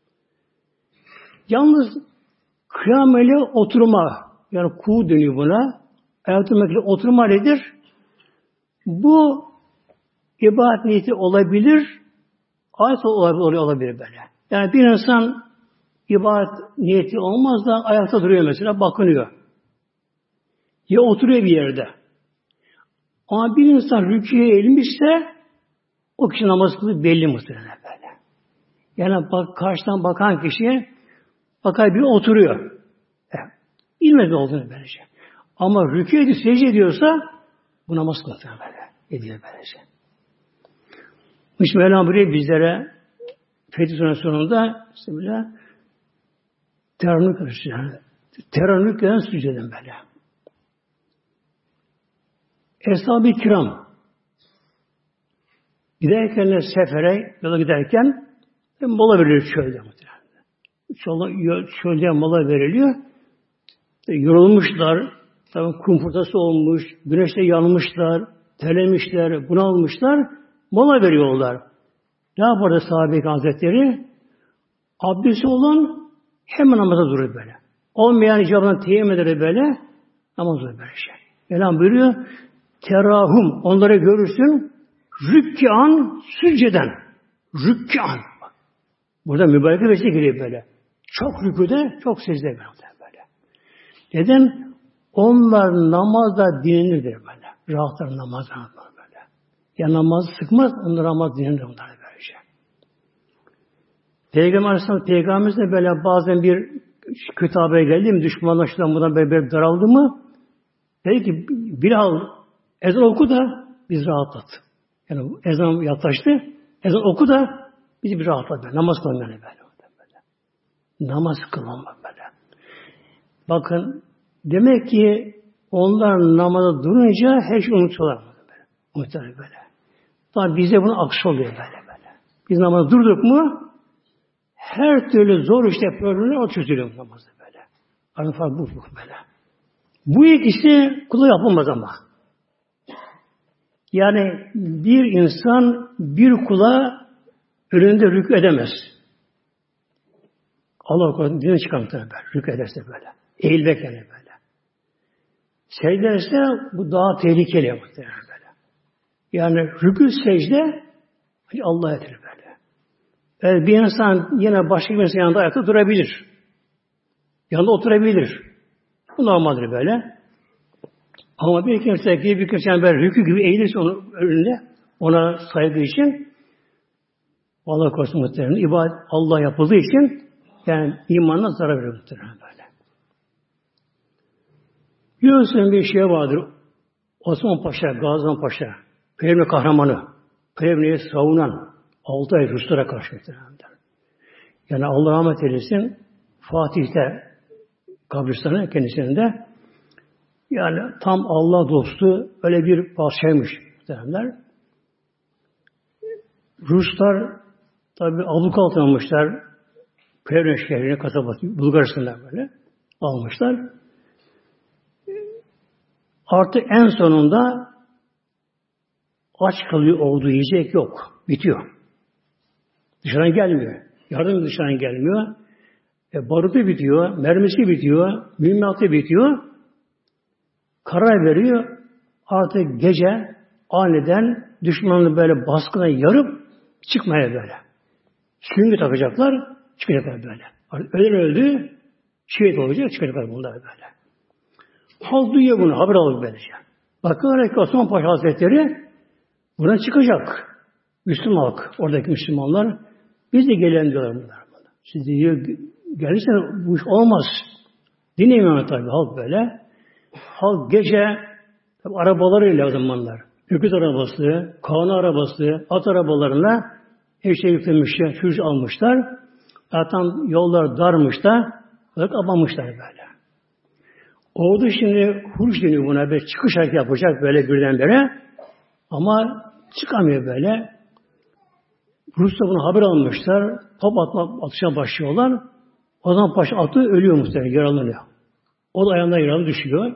Yalnız kıyam ile oturma, yani ku dönüyor buna. Ayakta durmak ile oturma nedir? Bu ibadet niyeti olabilir, ayet olabilir, olabilir böyle. Yani bir insan ibadet niyeti olmaz da ayakta duruyor mesela, bakınıyor. Ya oturuyor bir yerde. Ama bir insan rüküye eğilmişse o kişi namaz kılıyor belli muhtemelen böyle. Yani bak, karşıdan bakan kişi bakar bir oturuyor. Evet. Bilmez ne olduğunu böylece. Ama rükû edip secde ediyorsa bu namaz kılıyor böyle. Ediyor böylece. İşte Mevlam buraya bizlere Fetih Suresi sonunda işte böyle terannük karıştırıyor. Terannük gelen süceden böyle. Eshab-ı kiram giderken sefere, yola giderken mola veriliyor çölde muhtemelen. Çölde mola veriliyor. Yorulmuşlar, tabii kum fırtınası olmuş, güneşte yanmışlar, terlemişler, bunalmışlar, mola veriyorlar. Ne yapardı sahabe-i hazretleri? Abdesti olan hemen namaza durur böyle. Olmayan icabına teyemmüm eder böyle, namaz durur böyle şey. Mevlam buyuruyor, terahum, onları görürsün, rükkan, sücceden, rükkan. Burada mübarek bir vesile giriyor böyle. Çok rüküde, çok secde böyle. Neden? Onlar namazda dinlenirdir böyle. Rahatlar namazda böyle. Ya namaz sıkmaz, onlar namaz dinlenir onlar böylece. Peygamber Aleyhisselam Peygamberimiz de böyle bazen bir kötü haber geldi mi, düşmanlar şuradan buradan böyle, böyle daraldı mı, dedi ki Bilal ezan oku da biz rahatlat. Yani ezan yaklaştı, ezan oku da bizi bir rahatlat. Böyle. Namaz kılın böyle, böyle. Namaz kılın böyle. Bakın, demek ki onlar namaza durunca her şey unutuyorlar. Böyle. Unutuyorlar böyle. Tabi bize bunun aksi oluyor böyle böyle. Biz namaza durduk mu her türlü zor işte problemler o çözülüyor namazda böyle. Aynı fark bu böyle. Bu ikisi kulu yapılmaz ama. Yani bir insan bir kula önünde rükû edemez. Allah korusun dine çıkar böyle. Rükû ederse böyle. Eğilmek yani böyle. Secde ederse bu daha tehlikeli muhtemelen böyle. Yani rükû secde Allah'a yeter böyle. Yani bir insan yine başka bir insan yanında ayakta durabilir. Yanında oturabilir. Bu normaldir böyle. Ama bir kimse gibi bir kimse böyle rükû gibi eğilirse onun önünde ona saygı için Allah korusun muhtemelen ibadet Allah yapıldığı için yani imanına zarar verir muhtemelen böyle. Biliyorsun bir şey vardır. Osman Paşa, Gazi Paşa, Peygamber kahramanı, Peygamber'i savunan altı ay Ruslara karşı muhtemelen. Yani Allah rahmet eylesin Fatih'te kabristanı kendisinde yani tam Allah dostu öyle bir parçaymış muhtemelenler. Ruslar tabi abluk altına almışlar. Peygamber şehrine kasabası Bulgaristan'da böyle almışlar. Artı en sonunda aç kalıyor olduğu yiyecek yok. Bitiyor. Dışarıdan gelmiyor. Yardım dışarıdan gelmiyor. E, barutu bitiyor. Mermisi bitiyor. Mühimmatı bitiyor. Karar veriyor. Artık gece aniden düşmanını böyle baskına yarıp çıkmaya böyle. Süngü takacaklar. Çıkacaklar böyle. Ölen öldü. Şehit olacak. Çıkacaklar bunlar böyle. Halk duyuyor bunu. Haber alıyor böylece. Bakıyorlar ki Osman Paşa Hazretleri buna çıkacak. Müslüman halk. Oradaki Müslümanlar biz de gelelim diyorlar bunlar. Siz diyor gelirse bu iş olmaz. Dinlemiyor tabii halk böyle. Halk gece tabii arabalarıyla o zamanlar. Öküz arabası, kağına arabası, at arabalarına her şey yüklemişler, çocuk almışlar. Zaten yollar darmış da kapanmışlar böyle. Ordu şimdi huruç deniyor buna. Böyle çıkış hareketi yapacak böyle birdenbire. Ama çıkamıyor böyle. Rus'ta bunu haber almışlar. Top atma, atışa başlıyorlar. O zaman paşa atı ölüyor muhtemelen. Yaralanıyor. O da ayağından yaralı düşüyor.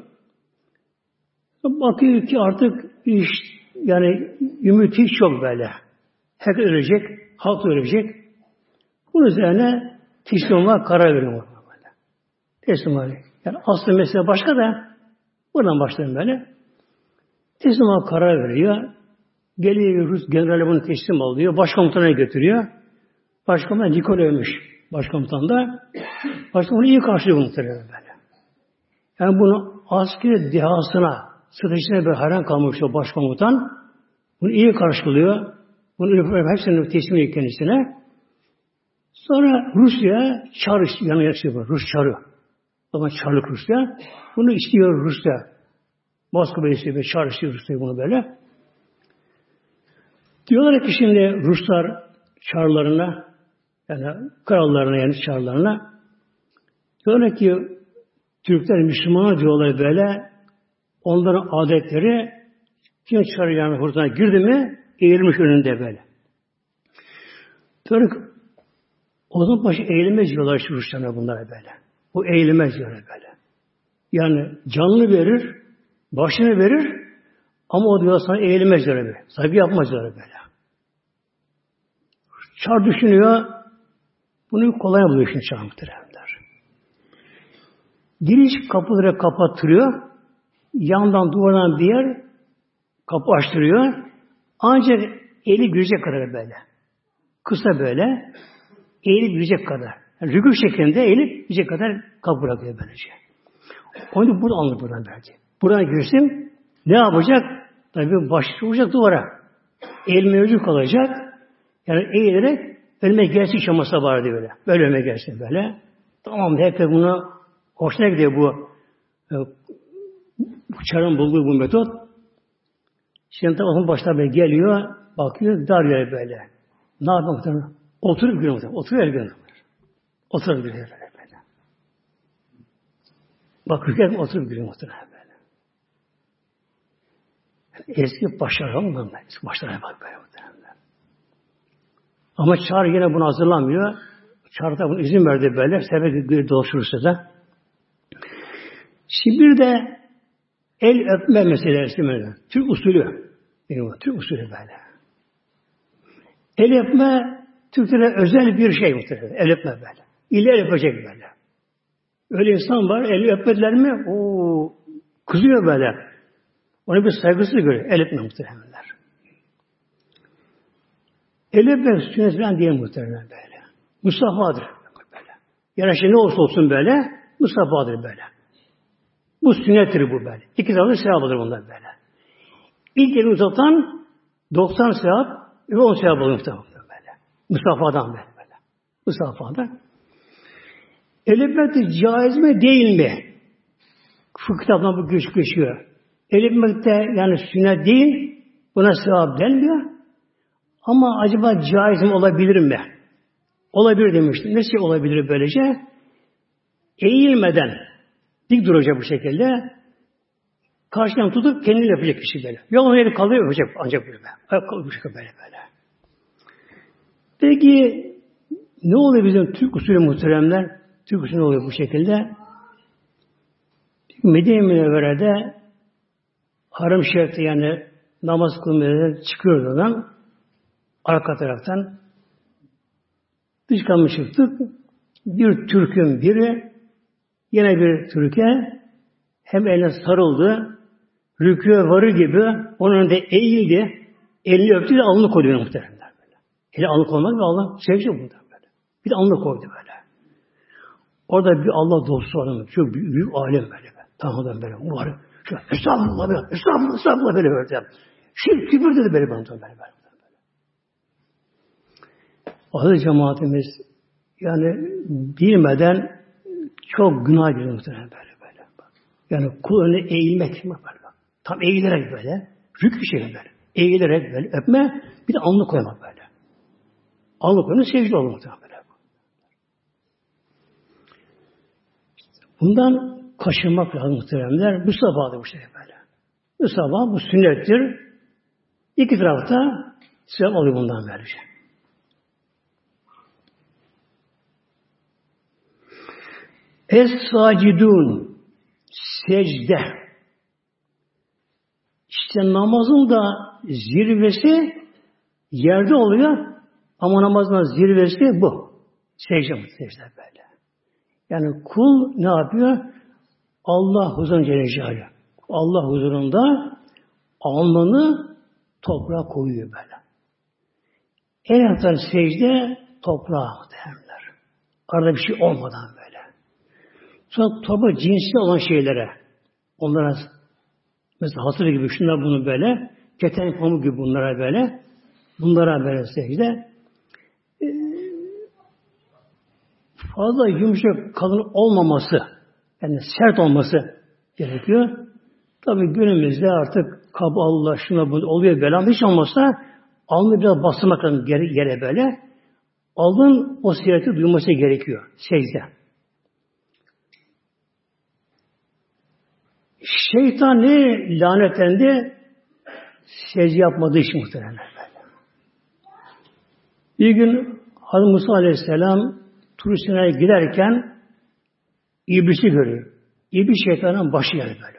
Bakıyor ki artık iş yani ümit hiç yok böyle. Herkes ölecek. Halk ölecek. Bunun üzerine teslim olma karar veriyor. Teslim olma. Yani aslında mesele başka da buradan başlayalım böyle. Teslim olma karar veriyor. Geliyor Rus generali bunu teslim alıyor. Başkomutan'a götürüyor. Başkomutan Nikolay'mış. Başkomutan da. Başkomutan iyi karşılıyor bunu tabii böyle. Yani bunu askeri dehasına, stratejisine bir hayran kalmış o başkomutan. Bunu iyi karşılıyor. Bunu hepsini teslim ediyor kendisine. Sonra Rusya çağrı yanına çıkıyor. Rus çağrı. Ama çarlık Rusya. Bunu istiyor Rusya. Moskova istiyor ve çağrı istiyor Rusya bunu böyle. Diyorlar ki şimdi Ruslar çarlarına yani krallarına yani çarlarına diyorlar ki Türkler Müslümanlar diyorlar böyle onların adetleri kim çarı yani hurtuna girdi mi eğilmiş önünde böyle. Diyorlar ki o zaman başı eğilmez diyorlar şu Ruslarına bunlara böyle. Bu eğilmez diyorlar böyle. Yani canını verir, başını verir ama o diyor sana eğilmez diyorlar böyle. Saygı yapmaz diyorlar böyle. Çar düşünüyor, bunu kolay buluyor şimdi çar muhteremler. Giriş kapıları kapattırıyor, yandan duvardan bir yer kapı açtırıyor, ancak eli girecek kadar böyle. Kısa böyle, eğilip girecek kadar. Yani rükû şeklinde eğilip girecek kadar kapı bırakıyor böylece. Onu burada anlıyor buradan belki. Buradan girsin, ne yapacak? Tabii başı vuracak duvara. Eğilme ucu kalacak. Yani eğilerek önüme gelsin şaması vardı böyle. Böyle önüme gelsin böyle. Tamam herkes buna hoşuna gidiyor bu bu çarın bulduğu bu metot. Şimdi tamam başta böyle geliyor, bakıyor, dar yer böyle. Ne yapmak muhtemelen? Oturup gülüyor muhtemelen. Oturuyor gülüyor. Oturup gülüyor böyle böyle. Bak hüküm oturup gülüyor muhtemelen böyle. Yani eski başlar mı? Eski başlara bak böyle muhtemelen. Ama Çar yine bunu hazırlamıyor. Çar da bunu izin verdi böyle. Sebep bir dolaşırsa da. Şimdi bir de el öpme meselesi böyle. Türk usulü. Benim Türk usulü böyle. El öpme Türklere özel bir şey muhtemelen. El öpme böyle. İlle el öpecek böyle. Öyle insan var, el öpmediler mi? Oo, kızıyor böyle. Ona bir saygısız görüyor. El öpme muhtemelenler. El öpmek sünnet falan değil muhtemelen böyle. Musafahadır böyle. Yani şey ne olursa olsun böyle, musafahadır böyle. Bu sünnettir bu böyle. İki tarafı sevap alır bundan böyle. İlk elini uzatan doksan sevap ve on sevap alır muhtemelen böyle. Musafahadan böyle. böyle. Musafahadan. El öpmek de caiz mi değil mi? Fıkıh kitabından bu güç geçiyor. El öpmek de yani sünnet değil, buna sevap denmiyor. Ama acaba caiz mi olabilir mi? Olabilir demiştim. Nasıl olabilir böylece? Eğilmeden dik duracak bu şekilde karşıdan tutup kendini yapacak kişi böyle. Yolun eli kalıyor yapacak ancak böyle. Ayak kalıyor böyle böyle. Peki ne oluyor bizim Türk usulü muhteremler? Türk usulü oluyor bu şekilde. Medine-i Münevvere'de Haram Şerif'te yani namaz kılmaya çıkıyordu adam. Arka taraftan dış kapı çıktık. Bir Türk'ün biri yine bir Türk'e hem eline sarıldı, rükûya varır gibi onun önünde eğildi, elini öptü de alnını koydu muhteremler böyle. Eli alnı koymak ve Allah sevecek bundan böyle. Bir de alnını koydu böyle. Orada bir Allah dostu var. Çok büyük, büyük alem böyle. Tanrı'dan böyle. Mübarek. Şöyle estağfurullah böyle. Estağfurullah, estağfurullah böyle böyle. Şirk küfür dedi böyle bana böyle böyle. Aziz cemaatimiz yani bilmeden çok günah giriyor muhtemelen böyle böyle. Yani kul önüne eğilmek böyle. Tam eğilerek böyle. Rük bir şey böyle. Eğilerek böyle öpme. Bir de alnını koymak böyle. Alnını koymak secde olur muhtemelen böyle. Bundan kaçınmak lazım muhteremler. Müsabahadır bu şey böyle. Müsabaha bu sünnettir. İki tarafta sevap alıyor bundan böylece. Es-sacidun secde. İşte namazın da zirvesi yerde oluyor ama namazın zirvesi bu. Secde bu. Secde böyle. Yani kul ne yapıyor? Allah huzurunda Celle Celaluhu. Allah huzurunda alnını toprağa koyuyor böyle. En azından secde toprağa muhtemelenler. Arada bir şey olmadan böyle. Sonra toprak cinsi olan şeylere onlara mesela hasır gibi şunlar bunu böyle keten pamuk gibi bunlara böyle bunlara böyle secde ee, fazla yumuşak kalın olmaması yani sert olması gerekiyor. Tabii günümüzde artık kaba Allah şuna bu oluyor böyle ama hiç olmazsa alnı biraz bastırmak lazım yere, yere böyle. Alnın o sireti duyması gerekiyor secde. Şeytan ne lanetlendi? Secde yapmadığı için muhtemelen böyle. Bir gün Hazreti Musa Aleyhisselam Tur-Sina'ya giderken İblisi görüyor. İblis şeytanın başı yani böyle.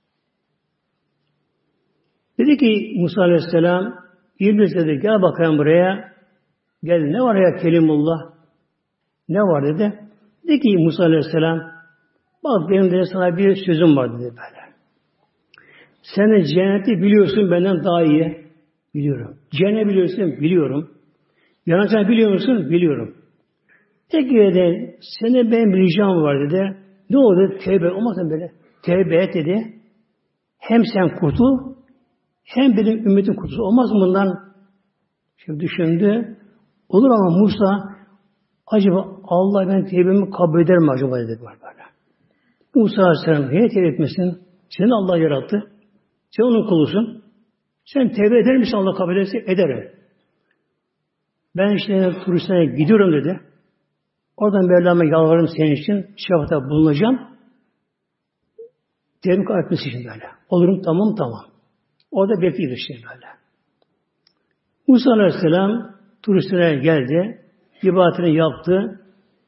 Dedi ki Musa Aleyhisselam İblis dedi gel bakayım buraya. Gel ne var ya Kelimullah? Ne var dedi. Dedi ki Musa Aleyhisselam bak benim de sana bir sözüm var dedi böyle. Sen de cenneti biliyorsun benden daha iyi. Biliyorum. Cennet biliyorsun biliyorum. Yanacağını biliyor musun? Biliyorum. Tek yerde senin benim bir ricam var dedi. Ne oldu? Tevbe olmasın böyle. Tevbe et dedi. Hem sen kurtul hem benim ümmetim kurtulsun. Olmaz mı bundan? Şimdi düşündü. Olur ama Musa acaba Allah ben tevbemi kabul eder mi acaba dedi böyle. Musa Aleyhisselam niye tevbe etmesin? Seni Allah yarattı. Sen onun kulusun. Sen tevbe eder misin Allah kabul ederse? Ederim. Ben işte turistine gidiyorum dedi. Oradan Mevlam'a yalvarırım senin için. Şefaate bulunacağım. Tevbe kabul etmesi için böyle. Olurum tamam tamam. Orada bekliyor işte böyle. Musa Aleyhisselam turistine geldi. İbadetini yaptı.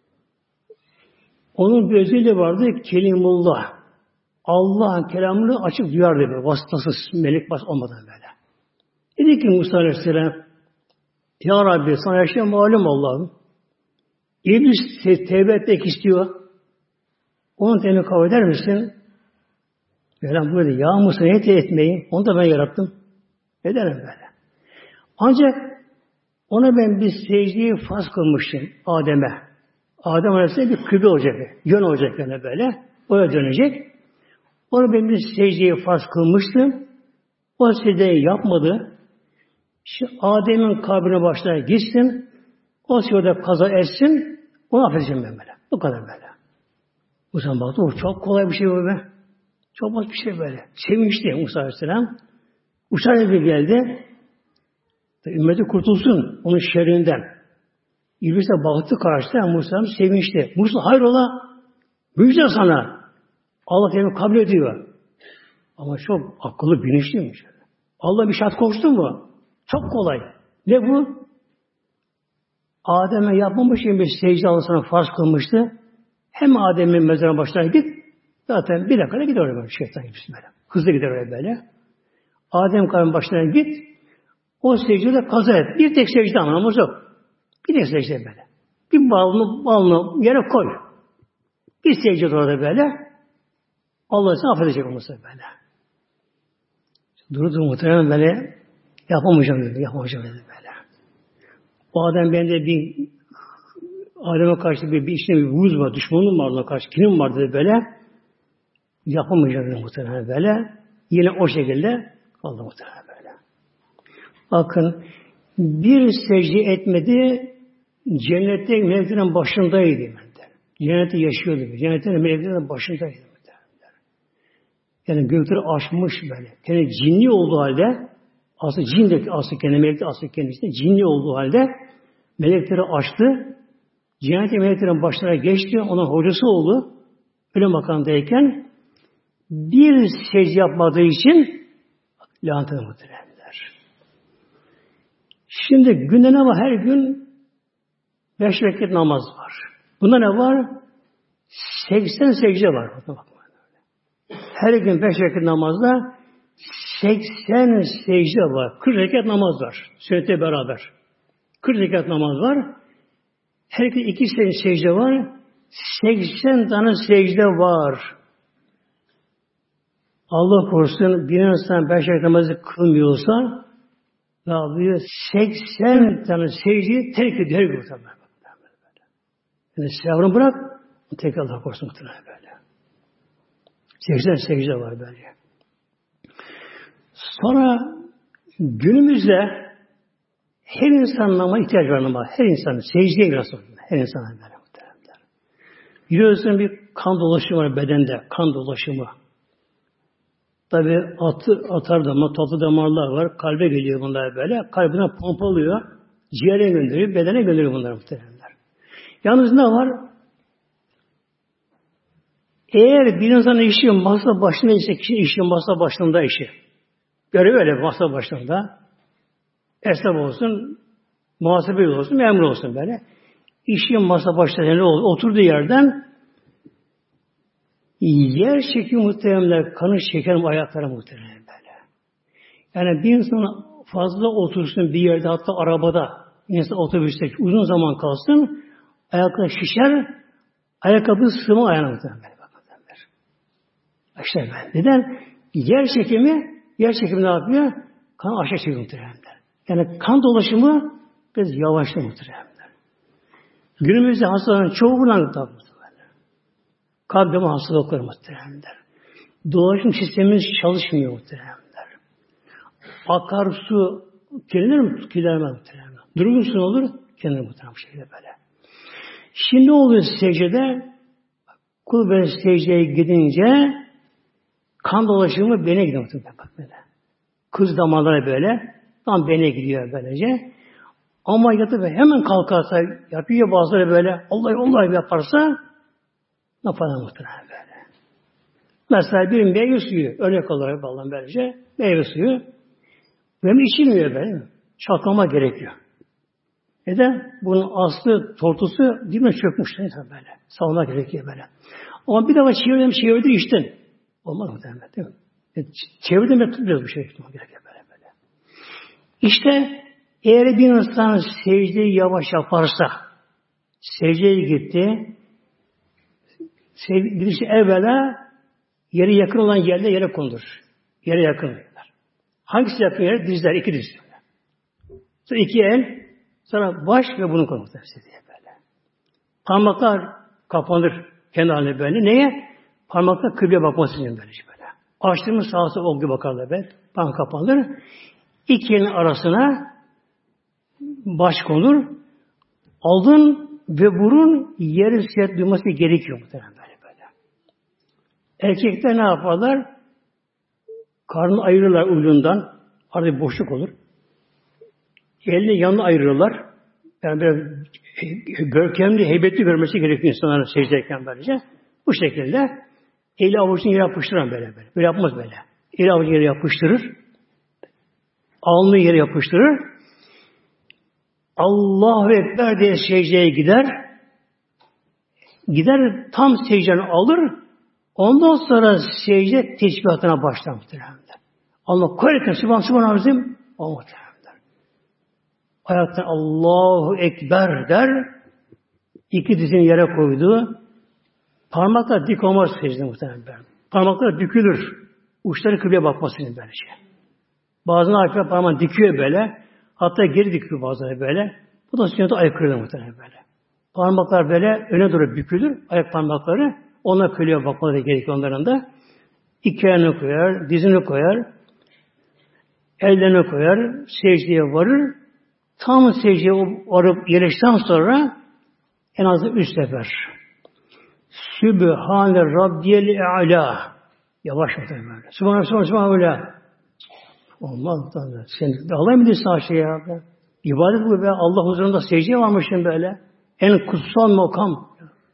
Onun bir özelliği vardı. Kelimullah. Allah'ın kelamını açık duyardı böyle. Vasıtasız melek bas olmadan böyle. Dedi ki Musa Aleyhisselam, Ya Rabbi sana her şey malum Allah'ım. İblis te- tevbe etmek istiyor. Onun tevbe kabul eder misin? Mevlam buyurdu. Ya Musa ne tevbe etmeyi? Onu da ben yarattım. Ederim böyle. Ancak ona ben bir secdeyi farz kılmıştım Adem'e. Adem Aleyhisselam bir kıble olacak. Yön olacak yani böyle. Oraya dönecek. Ona ben bir secdeyi farz kılmıştım. O secdeyi yapmadı. Şu Adem'in kabrine başlar gitsin. O sırada kaza etsin. Onu affedeceğim ben böyle. Bu kadar böyle. Bu zaman baktı. O çok kolay bir şey bu be. Çok basit bir şey böyle. Sevinçti Musa Aleyhisselam. Uçar bir geldi. Ümmeti kurtulsun onun şerrinden. İblis de baktı karşıda Musa'nın sevinçti. Musa hayrola? Müjde sana. Allah seni kabul ediyor. Ama çok akıllı bilinçliymiş. Allah bir şart koştu mu? Çok kolay. Ne bu? Adem'e yapmamış bir secde Allah'ına farz kılmıştı. Hem Adem'in mezarına başına git. Zaten bir dakikada gider oraya böyle. Şeytan gibi böyle. Hızlı gider oraya böyle. Adem kabrinin başına git. O secdede kaza et. Bir tek secde anlamamız yok. Bir tek secde böyle. Bir balını, balını yere koy. Bir secde orada böyle. Allah seni affedecek olması böyle. Durdu muhtemelen böyle yapamayacağım dedi. Yapamayacağım dedi böyle. O adam bende bir Adem'e karşı bir, bir içinde bir vuz var. Düşmanım var ona karşı. Kinim var dedi böyle. Yapamayacağım dedi muhtemelen böyle. Yine o şekilde kaldı muhtemelen böyle. Bakın bir secde etmedi cennette meleklerin başındaydı. Cennette yaşıyordu. Cennette meleklerin başındaydı. Yani gökleri açmış böyle. Yani cinli olduğu halde aslında cin de aslında kendi melekler aslında kendisinde cinli olduğu halde melekleri açtı. Cennette meleklerin başlarına geçti. Onun hocası oldu. Öyle makamdayken bir secde yapmadığı için lanet muhteremler. Şimdi günde ne var? Her gün beş vakit namaz var. Bunda ne var? seksen secde var. Her gün beş vakit namazda seksen secde var. kırk rekat namaz var. Sünnete beraber. kırk rekat namaz var. Her gün iki secde var. seksen tane secde var. Allah korusun bir insan beş vakit namazı kılmıyorsa ne yapıyor? seksen tane secdeyi terk ediyor. Her gün yani sevabını bırak tekrar Allah korusun muhtemelen böyle. seksen secde var böyle. Sonra günümüzde her insanın ama ihtiyaç var ama her insanın secdeye biraz her insanın böyle muhtemelen. Biliyorsun bir kan dolaşımı var bedende. Kan dolaşımı. Tabi atı, atar damar, tatlı damarlar var. Kalbe geliyor bunlar böyle. Kalbine pompalıyor. Ciğere gönderiyor. Bedene gönderiyor bunlar muhtemelen. Yalnız ne var? Eğer bir insanın işi masa başında ise kişi işi masa başında işi. Görev öyle masa başında. Esnaf olsun, muhasebe olsun, memur olsun böyle. İşi masa başında ne olur? Oturduğu yerden yer çekiyor muhtemelen, kanı çeker mi ayaklara muhtemelen böyle. Yani bir insan fazla otursun bir yerde hatta arabada, insan otobüste uzun zaman kalsın, ayakları şişer, ayakkabı sığma ayağına muhtemelen. İşte ben. Neden? Yer çekimi, yer çekimi ne yapıyor? Kan aşağı çekiyor muhtemelen. Yani kan dolaşımı biraz yavaşlıyor muhtemelen. Günümüzde hastaların çoğu buna muhtemelen. Kalp damar hastalıkları muhtemelen. Dolaşım sistemimiz çalışmıyor muhtemelen. Akarsu kirlenir mi? Kirlenmez muhtemelen. Durgunsun olur, kirlenir muhtemelen bu şekilde böyle. Şimdi oluyor secdede, kul böyle secdeye gidince kan dolaşımı beyne gidiyor muhtemelen. Bak böyle. Kız damarları böyle, tam beyne gidiyor böylece. Ama yatıp hemen kalkarsa, yapıyor bazıları böyle, Allah Allah yaparsa, ne yapar muhtemelen böyle. Mesela bir meyve suyu, örnek olarak bağlan böylece, meyve suyu, benim içilmiyor böyle. Çalkama gerekiyor. Neden? Bunun aslı, tortusu dibine çökmüş. Böyle. Savunma gerekiyor böyle. Ama bir defa çevirdim, çevirdim içtin. Olmaz mı demek değil mi? Çevirdim ve tutmuyoruz bu şey. Gerekiyor böyle böyle. İşte eğer bir insan secdeyi yavaş yaparsa, secdeye gitti, gidişi evvela yere yakın olan yerde yere kondur. Yere yakın. Hangisi yakın yere? Dizler, iki diz. Sonra iki el, sonra baş ve burun konur. Böyle. Parmaklar kapanır kendi haline böyle. Neye? Parmaklar kıbleye bakması için böyle. böyle. Açtığımız sağa sola o gibi bakarlar böyle. Parmak kapanır. İki elin arasına baş konur. Alın ve burun yeri sert duyması gerekiyor muhtemelen böyle böyle. Erkekler ne yaparlar? Karnını ayırırlar ucundan. Arada bir boşluk olur. Elini yanına ayırırlar. Yani böyle görkemli, heybetli görmesi gerekiyor insanların secdeyken böylece. Bu şekilde eli avucunu yere yapıştıran böyle böyle. Böyle yapmaz böyle. Eli avucunu yere yapıştırır. Alnını yere yapıştırır. Allahu Ekber diye secdeye gider. Gider tam secdeni alır. Ondan sonra secde tesbihatına başlar muhtemelen. Allah koyarken Sübhan Sübhan Azim o muhtemelen. Ayakta Allahu Ekber der. İki dizini yere koydu. Parmaklar dik olmaz secde muhtemelen. Parmaklar bükülür. Uçları kıbleye bakmasın böylece. Bazen arka parmağı dikiyor böyle. Hatta geri dikiyor bazen böyle. Bu da sünnete aykırı muhtemelen böyle. Parmaklar böyle öne doğru bükülür. Ayak parmakları. Ona kıbleye bakmaları gerekiyor onların da. İki elini koyar, dizini koyar. Ellerini koyar. Secdeye varır. Tam secdeye varıp yerleştikten sonra en az üç sefer. Sübhane Rabbiyel E'ala. Yavaş muhtemelen böyle. Sübhane Sübhane Sübhane. Olmaz. Sen de alay mı diyorsun şey ya? Be? İbadet bu be. Allah huzurunda secdeye varmışsın böyle. En kutsal makam.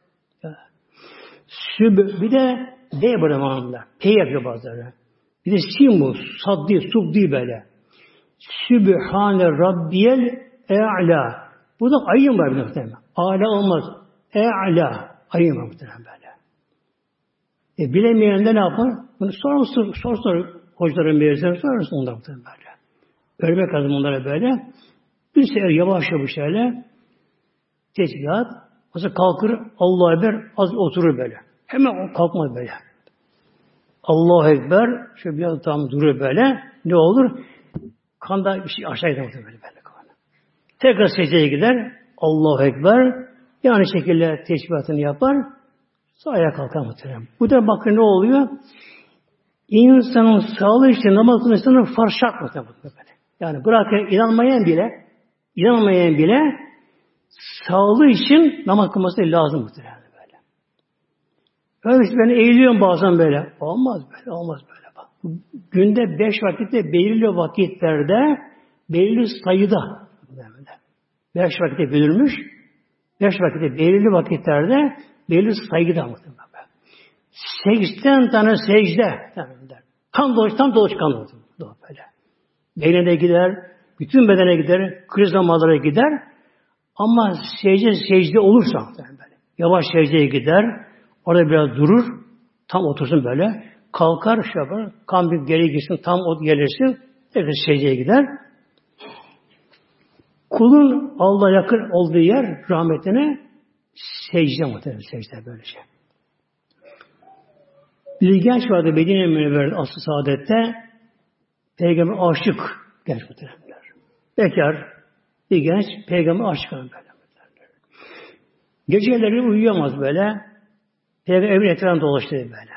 Süb bir de D böyle manada. P yapıyor bazıları. Bir de sin bu. Sad değil, sub değil böyle. Sübhane Rabbiyel E'ala. Bu da ayın var bir muhtemelen. Ala olmaz. E'ala. Ayın var muhtemelen böyle. E, bilemeyen de ne yapar? Bunu sor sor sor, sor hocaların mevzilerine sorarsın onlara muhtemelen böyle. Örmek lazım onlara böyle. Bir sefer yavaş yavaş şöyle tesbihat. O zaman kalkır Allahu Ekber az oturur böyle. Hemen kalkmaz böyle. Allahu Ekber şöyle biraz tam durur böyle. Ne olur? Kanda bir şey aşağı gider böyle böyle. Tekrar secdeye gider. Allahu Ekber. Yani şekilde tesbihatını yapar. Sonra ayağa kalkar muhtemelen. Bu da bakın ne oluyor? İnsanın sağlığı için namaz kılmasının farz şart muhtemelen. Yani bırakın inanmayan bile inanmayan bile sağlığı için namaz kılması lazım muhtemelen böyle. Öyle işte ben eğiliyorum bazen böyle. Olmaz böyle, olmaz böyle. Bak. Günde beş vakitte belirli vakitlerde belirli sayıda beş vakitte bölünmüş. Beş vakitte belirli vakitlerde belirli sayıda muhtemelen. Seksen tane secde. Kan doluş, tam doluş kan doluş. Böyle. Beynine gider, bütün bedene gider, kriz damarlara gider. Ama secde secde olursa böyle. Yavaş secdeye gider, orada biraz durur, tam otursun böyle. Kalkar, şey yapar, kan bir geri gitsin, tam o gelirsin, tekrar secdeye gider. Kulun Allah'a yakın olduğu yer rahmetine secde muhtemelen secde böyle şey. Bir genç vardı Medine Münevver'de Asr-ı Saadet'te Peygamber aşık genç muhtemelenler. Bekar bir genç Peygamber aşık böyle. Geceleri uyuyamaz böyle. Peygamber evin etrafında dolaştı böyle.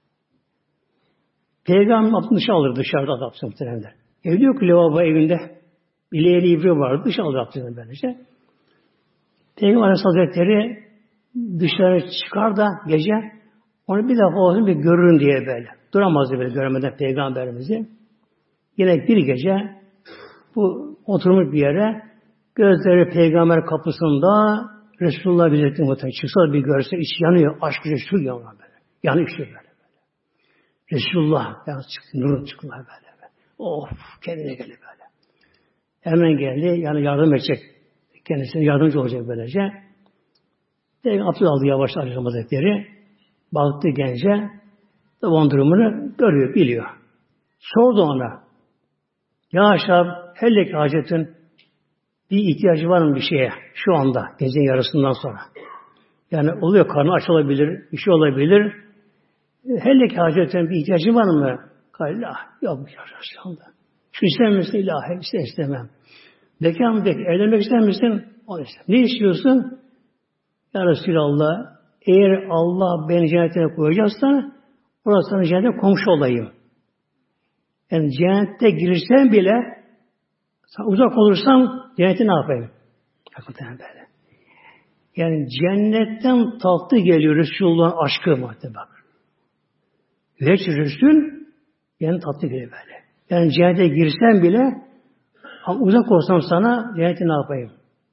Peygamber aklını dışarı alır dışarıda adaptı muhtemelenler. Evli yok lavabo evinde. İleri ivri vardı dışarı alır adaptı böylece. Peygamber Hazretleri dışarı çıkar da gece onu bir defa olsun bir görürüm diye böyle. Duramazdı böyle görmeden Peygamberimizi. Yine bir gece bu oturmuş bir yere gözleri Peygamber kapısında Resulullah Hazretleri muhtemelen çıksa bir görse içi yanıyor. Aşk yüzü şu yanıyor böyle. Yanıyor işte böyle. böyle. Resulullah yani çıktı. Nurun çıktı böyle, böyle. Of kendine geldi böyle. Hemen geldi. Yani yardım edecek. Kendisine yardımcı olacak böylece. Peygamber abdest aldı yavaş Aleyhisselam Hazretleri. Baktı gence. Onun durumunu görüyor, biliyor. Sordu ona. Ya aşağı hellek hacetin bir ihtiyacı var mı bir şeye şu anda gecenin yarısından sonra? Yani oluyor karnı aç olabilir, bir şey olabilir. Hellek hacetin bir ihtiyacı var mı? Kalla yok şu anda. Şu ister misin? İlahi işte istemem. Bekar mı bekar? Evlenmek ister misin? Onu istemem. Ne istiyorsun? Ya Resulallah eğer Allah beni cennetine koyacaksa orası sana cennete komşu olayım. Yani cennette girsem bile uzak olursam cenneti ne yapayım? Hakikaten böyle. Yani cennetten tatlı geliyor Resulullah'ın aşkı madde bak. Veç Resul yani tatlı geliyor böyle. Yani cennete girsem bile ama uzak olsam sana cenneti ne yapayım?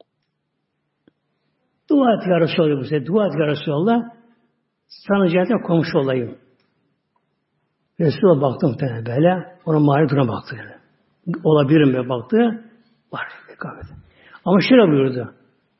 Dua et ya Resulallah bu sefer. Dua et ya Resulallah. Sana cennete komşu olayım. Resulullah baktı muhtemelen böyle. Ona mağlup duruma baktı. Yani. Olabilir mi baktı. Var. Ama şöyle buyurdu.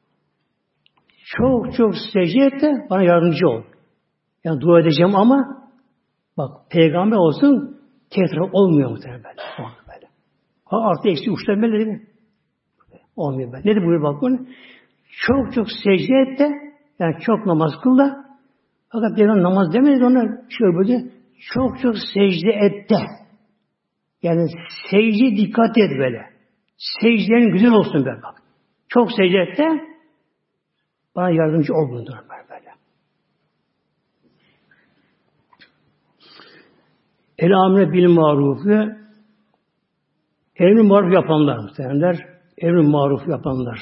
Çok çok secde et de bana yardımcı ol. Yani dua edeceğim ama bak peygamber olsun tekrar olmuyor muhtemelen böyle. Olmuyor böyle. Ha, artı eksi uçta böyle değil mi? Olmuyor böyle. Nedir buyur bak bunu? Çok çok secde et de yani çok namaz kıl da fakat peygamber namaz demedi ona şöyle böyle çok çok secde et de yani secde dikkat et böyle. Secdenin güzel olsun böyle bak. Çok secde et de bana yardımcı ol bundur böyle. El amre bil marufu emri maruf yapanlar muhtemelenler. Emri maruf yapanlar.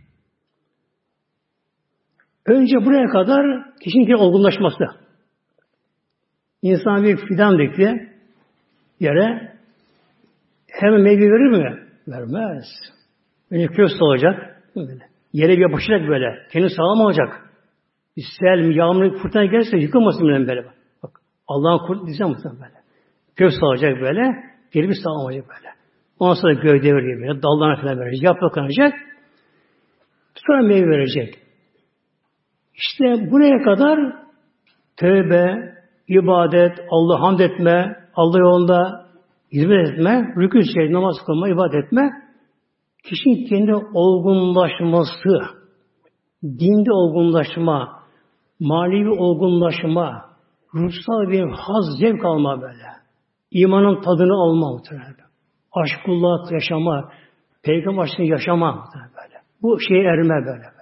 Önce buraya kadar kişinin olgunlaşması. İnsan bir fidan dikti yere hemen meyve verir mi? Vermez. Önce kök olacak. Böyle. Yere bir yapışacak böyle. Kendi sağlam olacak. Bir sel, yağmur, fırtına gelirse yıkılmasın böyle böyle. Bak Allah'ın kurt diyeceğim muhtemelen böyle. Kök olacak böyle. Geri bir sağlam olacak böyle. Ondan sonra gövde veriyor böyle. Dallarına falan verecek. Yapraklanacak. Sonra meyve verecek. İşte buraya kadar tövbe, ibadet, Allah'a hamd etme, Allah yolunda hizmet etme, rükû secde, namaz kılma, ibadet etme, kişinin kendi olgunlaşması, dinde olgunlaşma, manevi olgunlaşma, ruhsal bir haz, zevk alma böyle. İmanın tadını alma muhtemelen. Aşkullah yaşama, peygamber aşkını yaşama muhtemelen böyle. Bu şeye erme böyle böyle.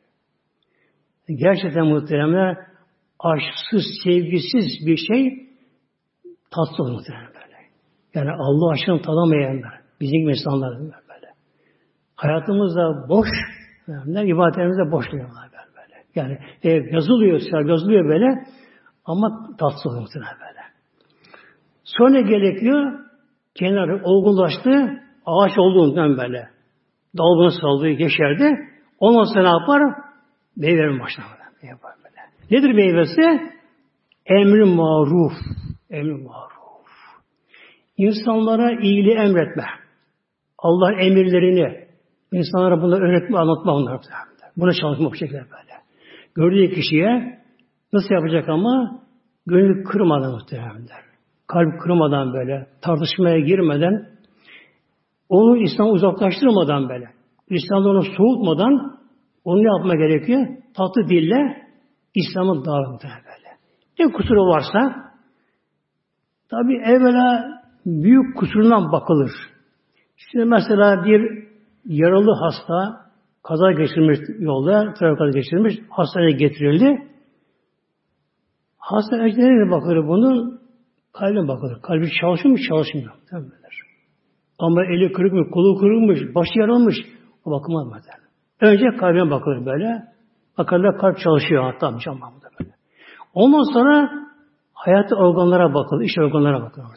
Gerçekten muhteremler aşksız, sevgisiz bir şey tatlı olur muhtemelen böyle. Yani Allah aşkını tadamayanlar, bizim gibi insanlar böyle. Hayatımızda boş, yani ibadetlerimizde boş diyorlar böyle. Yani e, yazılıyor, yazılıyor böyle ama tatlı olur muhtemelen böyle. Sonra gerekiyor, kenarı olgunlaştı, ağaç olduğundan böyle. Dalgını saldığı yeşerdi. Ondan sonra ne yapar? Meyve vermeye başlar. Ne yapar böyle? Nedir meyvesi? Emri maruf. Emri maruf. İnsanlara iyiliği emretme. Allah'ın emirlerini insanlara bunu öğretme, anlatma onlara. Buna çalışma bu şekilde böyle. Gördüğü kişiye nasıl yapacak ama gönül kırmadan muhtemelenler. Kalp kırmadan böyle, tartışmaya girmeden, onu İslam'a uzaklaştırmadan böyle, İslam'dan onu soğutmadan onu ne yapma gerekiyor? Tatlı dille İslam'ı dağıtma böyle. Ne kusuru varsa tabi evvela büyük kusurundan bakılır. Şimdi mesela bir yaralı hasta kaza geçirmiş yolda, trafik kaza geçirmiş, hastaneye getirildi. Hasta nereye bakılır bunun? Kalbine bakılır. Kalbi çalışıyor mu? Çalışmıyor. Tabii. Ama eli kırık mı, kolu kırılmış, başı yarılmış. O bakılmaz mı? Önce kalbine bakılır böyle. Bakarlar kalp çalışıyor hatta mükemmelde böyle. Ondan sonra hayat organlara bakılır, iş organlara bakılır.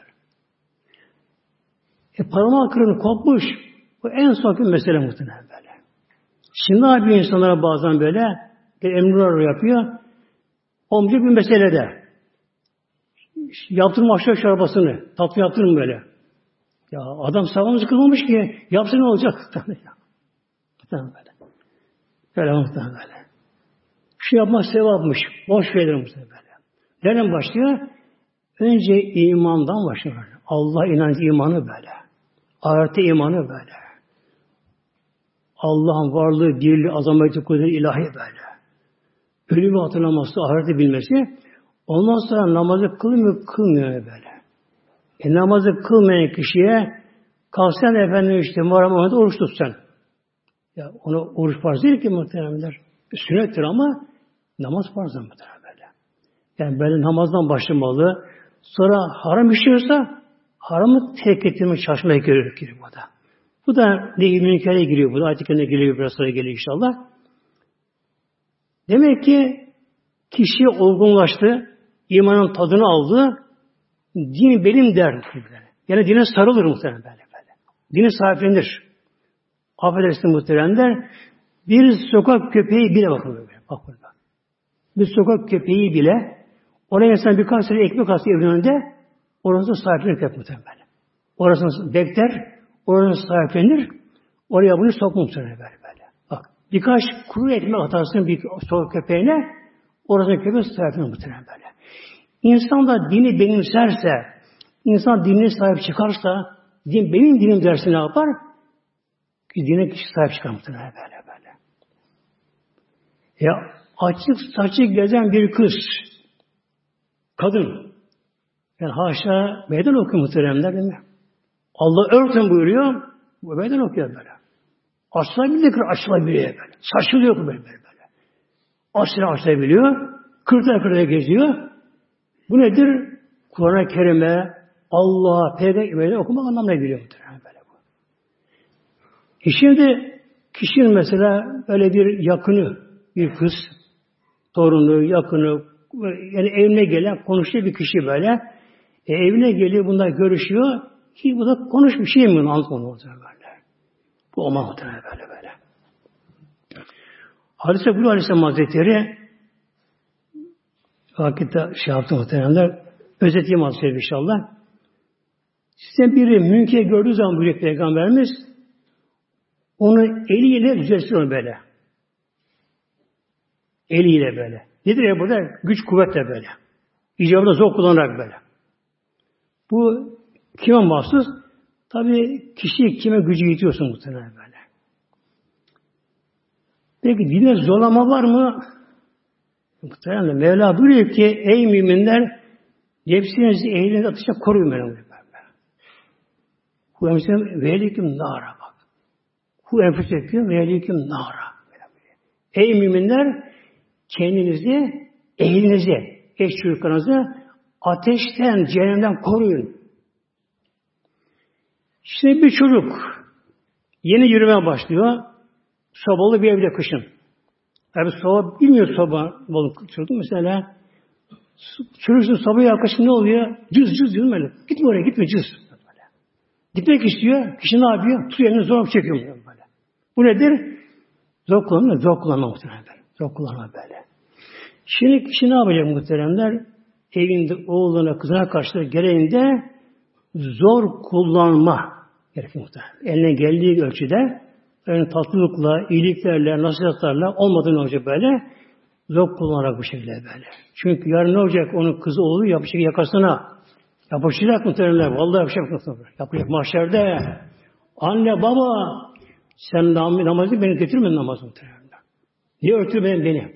E parmağı kırılmış, kopmuş. Bu en sonki mesele muhtemelen böyle. Şimdi ne yapıyor insanlara bazen böyle? Bir emriler yapıyor. Olmayacak bir meselede. Yaptırma aşağı çorbasını. Tatlı yaptırın böyle. Ya adam sağlamcı kılmamış ki. Yapsa ne olacak? Muhtemelen böyle. Böyle muhtemelen böyle. Şu yapmak sevapmış. Boş verir muhtemelen böyle. Nereden başlıyor? Önce imandan başlıyor. Allah inancı imanı böyle. Ahirete imanı böyle. Allah'ın varlığı, birliği, azameti, kudreti, ilahi böyle. Ölümü hatırlaması, ahireti bilmesi. Ondan sonra namazı kılmıyor, kılmıyor böyle. E namazı kılmayan kişiye kalsan efendim işte Muharrem ayında oruç tutsan. Ya ona oruç farz değil ki muhteremler. Sünnettir ama namaz farz muhterem böyle. Yani böyle namazdan başlamalı. Sonra haram işliyorsa haramı terk ettirmek, çalışmaya giriyor bu da. Bu da nehi münkere giriyor. Bu da ayet-i kerimine geliyor. Biraz sonra geliyor inşallah. Demek ki kişi olgunlaştı. İmanın tadını aldı. Din benim der. Yani dine sarılır muhtemelen böyle böyle. Dine sahiplenir. Affedersin muhteremler. Bir sokak köpeği bile bakın böyle. Bak burada. Bir sokak köpeği bile oraya insan birkaç sene ekmek alsa evin önünde orası sahiplenir köpek muhtemelen. Orasını bekler, orası sahiplenir, oraya bunu sokmak muhtemelen böyle böyle. Bak birkaç kuru ekmek atarsın bir sokak köpeğine orasını köpeği sahiplenir muhtemelen böyle. İnsan da dini benimserse, insan dinine sahip çıkarsa, din benim dinim dersi ne yapar? Ki dine kişi sahip çıkar muhtemelen böyle böyle. Ya açık saçık gezen bir kız, kadın, yani haşa meydan okuyor muhteremler değil mi? Allah örtün buyuruyor, bu meydan okuyor böyle. Açılabiliyor, açılabiliyor böyle. Saçılıyor böyle böyle böyle. Açılıyor, açılabiliyor, kırta kırta geziyor. Bu nedir? Kur'an-ı Kerim'e, Allah'a, Peygamber'e okumak anlamına geliyor muhtemelen böyle bu. E şimdi kişinin mesela böyle bir yakını, bir kız, torunu, yakını, yani evine gelen, konuştuğu bir kişi böyle, e, evine geliyor, bunlar görüşüyor, ki bu da konuş bir şey mi? Anlatmıyor böyle. Bu olmaz muhtemelen böyle böyle. Hadis-i Kudu Aleyhisselam Hazretleri vakitte şey yaptı muhtemelenler, özetleyeyim hadis-i inşallah. Size biri münker gördüğü zaman buyuruyor Peygamberimiz, onu eliyle düzelsin onu böyle. Eliyle böyle. Nedir ya burada? Güç kuvvetle böyle. İcabında zor kullanarak böyle. Bu kime mahsus? Tabii kişi kime gücü yetiyorsun muhtemelen böyle. Peki dine zorlama var mı? Muhtemelen Mevla buyuruyor ki ey müminler nefsinizi ehlinizi atışa koruyun beni. Hu enfüseküm ve ehlikum nâra bak. Hu enfüseküm ve ehlikum nâra. Ey müminler kendinizi, ehlinizi, eş çocuklarınızı ateşten, cehennemden koruyun. Şimdi bir çocuk yeni yürümeye başlıyor. Sobalı bir evde kışın. Yani soba bilmiyor soba balık çocuk mesela. Çocuk sobaya yaklaşık ne oluyor? Cız cız diyor böyle. Gitme oraya gitme cız. Böyle. Gitmek istiyor. Kişi ne yapıyor? Tutuyor elini zor çekiyor böyle. Bu nedir? Zor kullanma, zor kullanma muhtemelen. Zor kullanma böyle. Şimdi kişi ne yapacak muhteremler? Evinde oğluna, kızına karşı gereğinde zor kullanma gerekiyor muhtemelen. Eline geldiği ölçüde yani tatlılıkla, iyiliklerle, nasihatlerle olmadan önce böyle zor kullanarak bu şekilde böyle. Çünkü yarın ne olacak? Onun kızı oğlu yapacak yakasına. Yapışacak muhtemelen. Vallahi yapacak muhtemelen. Yapacak mahşerde. Anne, baba sen namazı beni götürmedin namazı muhtemelen. Niye örtülmedin beni?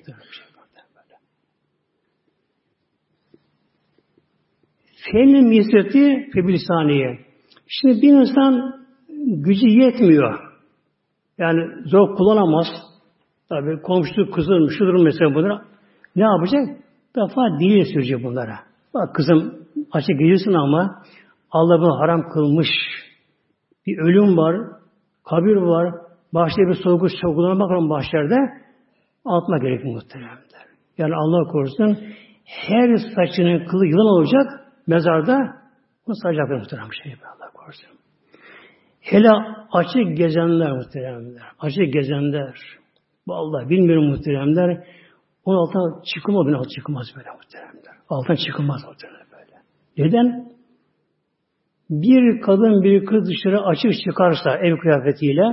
Fe'nin misreti febilisaniye. Şimdi bir insan gücü yetmiyor. Yani zor kullanamaz. Tabii komşu kızılmış, şudur mesela bunlara. Ne yapacak? Defa diliyle sürecek bunlara. Bak kızım açık gidiyorsun ama Allah bunu haram kılmış. Bir ölüm var, kabir var, başta bir sorgu sorgulamak var başlarda. Atma gerekiyor muhtemelen. Yani Allah korusun her saçının kılı yılan olacak mezarda bunu sayacaklar muhtemelen bir şey. Allah korusun. Hele açık gezenler muhteremler. Açık gezenler. Vallahi bilmiyorum muhteremler. Onun altına çıkılmaz. Onun altına çıkılmaz böyle muhteremler. Altına çıkılmaz muhteremler böyle. Neden? Bir kadın bir kız dışarı açık çıkarsa ev kıyafetiyle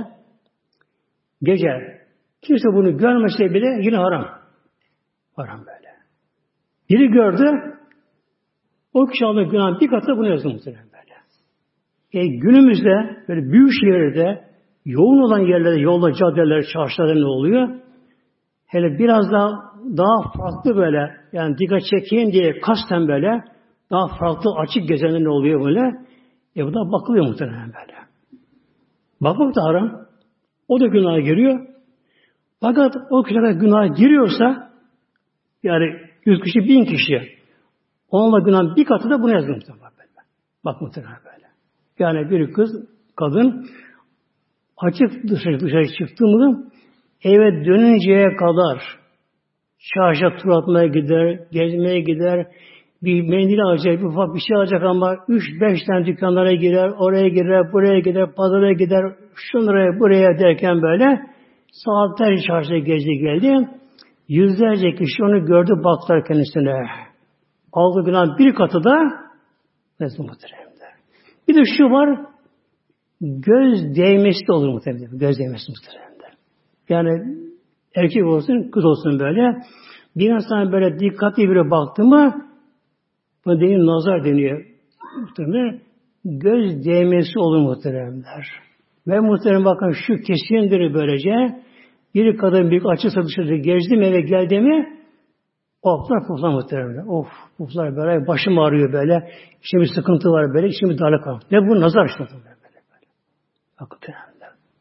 gece kimse bunu görmese bile yine haram. Haram böyle. Biri gördü o kişi aldığı günah bir katı bunu yazdı muhterem böyle. E, günümüzde böyle büyük şehirde yoğun olan yerlerde, yolda, caddeler, çarşılarda ne oluyor? Hele biraz daha daha farklı böyle, yani dikkat çekeyim diye kasten böyle, daha farklı açık gezenler ne oluyor böyle? E bu da bakılıyor muhtemelen böyle. Bakmak da haram. O da günaha giriyor. Fakat o kadar günaha giriyorsa, yani yüz kişi, bin kişi, onunla günah bir katı da buna yazılır muhtemelen böyle. Bak muhtemelen böyle. Yani bir kız, kadın açık dışarı, dışarı çıktı mı eve dönünceye kadar çarşıya tur atmaya gider, gezmeye gider, bir mendil alacak, bir ufak bir şey alacak ama üç beş tane dükkanlara girer, oraya girer, buraya gider, pazara gider, şunlara buraya derken böyle saatler çarşıya gezdi geldi. Yüzlerce kişi onu gördü, baktılar kendisine. Aldığı günah bir katı da nezle muhteremler. Bir de şu var, göz değmesi de olur muhtemelen. Göz değmesi muhtemelen. Yani erkek olsun, kız olsun böyle. Bir insan böyle dikkatli biri baktı mı, bu deniyor, nazar deniyor. Muhtemelen göz değmesi olur muhteremler. Ve muhterem bakın şu kesindir böylece. Bir kadın bir açıksa dışarı gezdi mi eve geldi mi, oflar puflar muhteremler. Of puflar böyle, başım ağrıyor böyle. İşte bir sıkıntı var böyle, işte bir darlık var. Ne bu? Nazar işte böyle. böyle. Bakın muhteremler.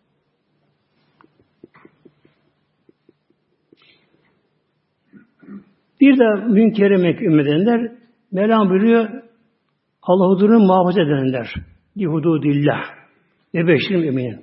Bir de münkeri menkul edenler, Mevlam buyuruyor, Allah hududunu muhafaza edenler. Li hududillah. Ve beşirim eminin.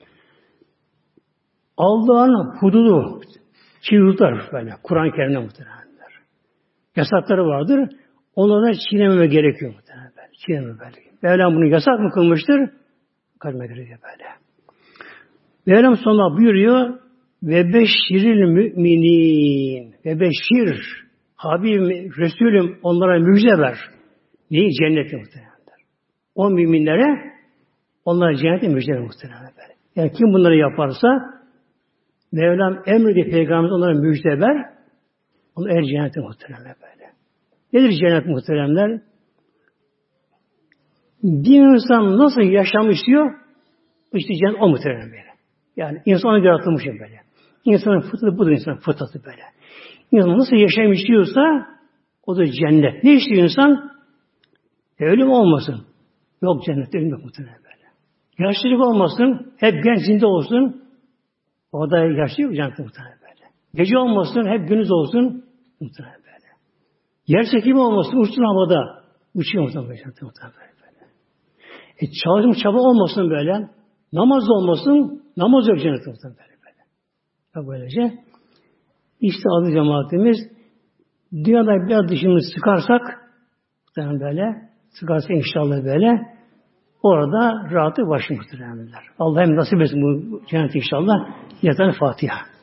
Allah'ın hududu, çiğdutlar böyle. Kur'an-ı Kerim'de muhtemelenler. Yasakları vardır. Onları çiğnememe gerekiyor muhtemelen. Çiğnememe böyle. Mevlam bunu yasak mı kılmıştır? Kalbime gerekiyor böyle. Mevlam sonra buyuruyor, ve beşiril müminin. Ve beşir. Habibim, Resulüm onlara müjde ver. Neyi? Cenneti muhtemelenler. O müminlere onlara cenneti müjde ver muhtemelenler. Yani kim bunları yaparsa Mevlam emrediği Peygamberimiz onlara müjde ver. Onlar er cenneti muhtemelenler böyle. Nedir cennet muhtemelenler? Bir insan nasıl yaşam istiyor? İşte cennet o muhtemelen böyle. Yani insan ona göre atılmış böyle. İnsanın fıtratı budur, insanın fıtratı böyle. İnsan nasıl yaşam istiyorsa o da cennet. Ne istiyor insan? E, ölüm olmasın. Yok cennette ölüm yok muhtemelen böyle. Yaşlılık olmasın. Hep genç zinde olsun. O da yaşlı yok cennette muhtemelen böyle. Gece olmasın. Hep gündüz olsun. Muhtemelen böyle. Yer çekimi olmasın. Uçsun havada. Uçuyor muhtemelen böyle. E, çalışma çaba olmasın böyle. Namaz olmasın. Namaz yok cennette muhtemelen böyle. Bak böylece. İşte adı cemaatimiz dünyada biraz dışımızı sıkarsak yani böyle sıkarsa inşallah böyle orada rahatı başı muhtemelenler. Allah hem nasip etsin bu cennet inşallah. Yeter Fatiha.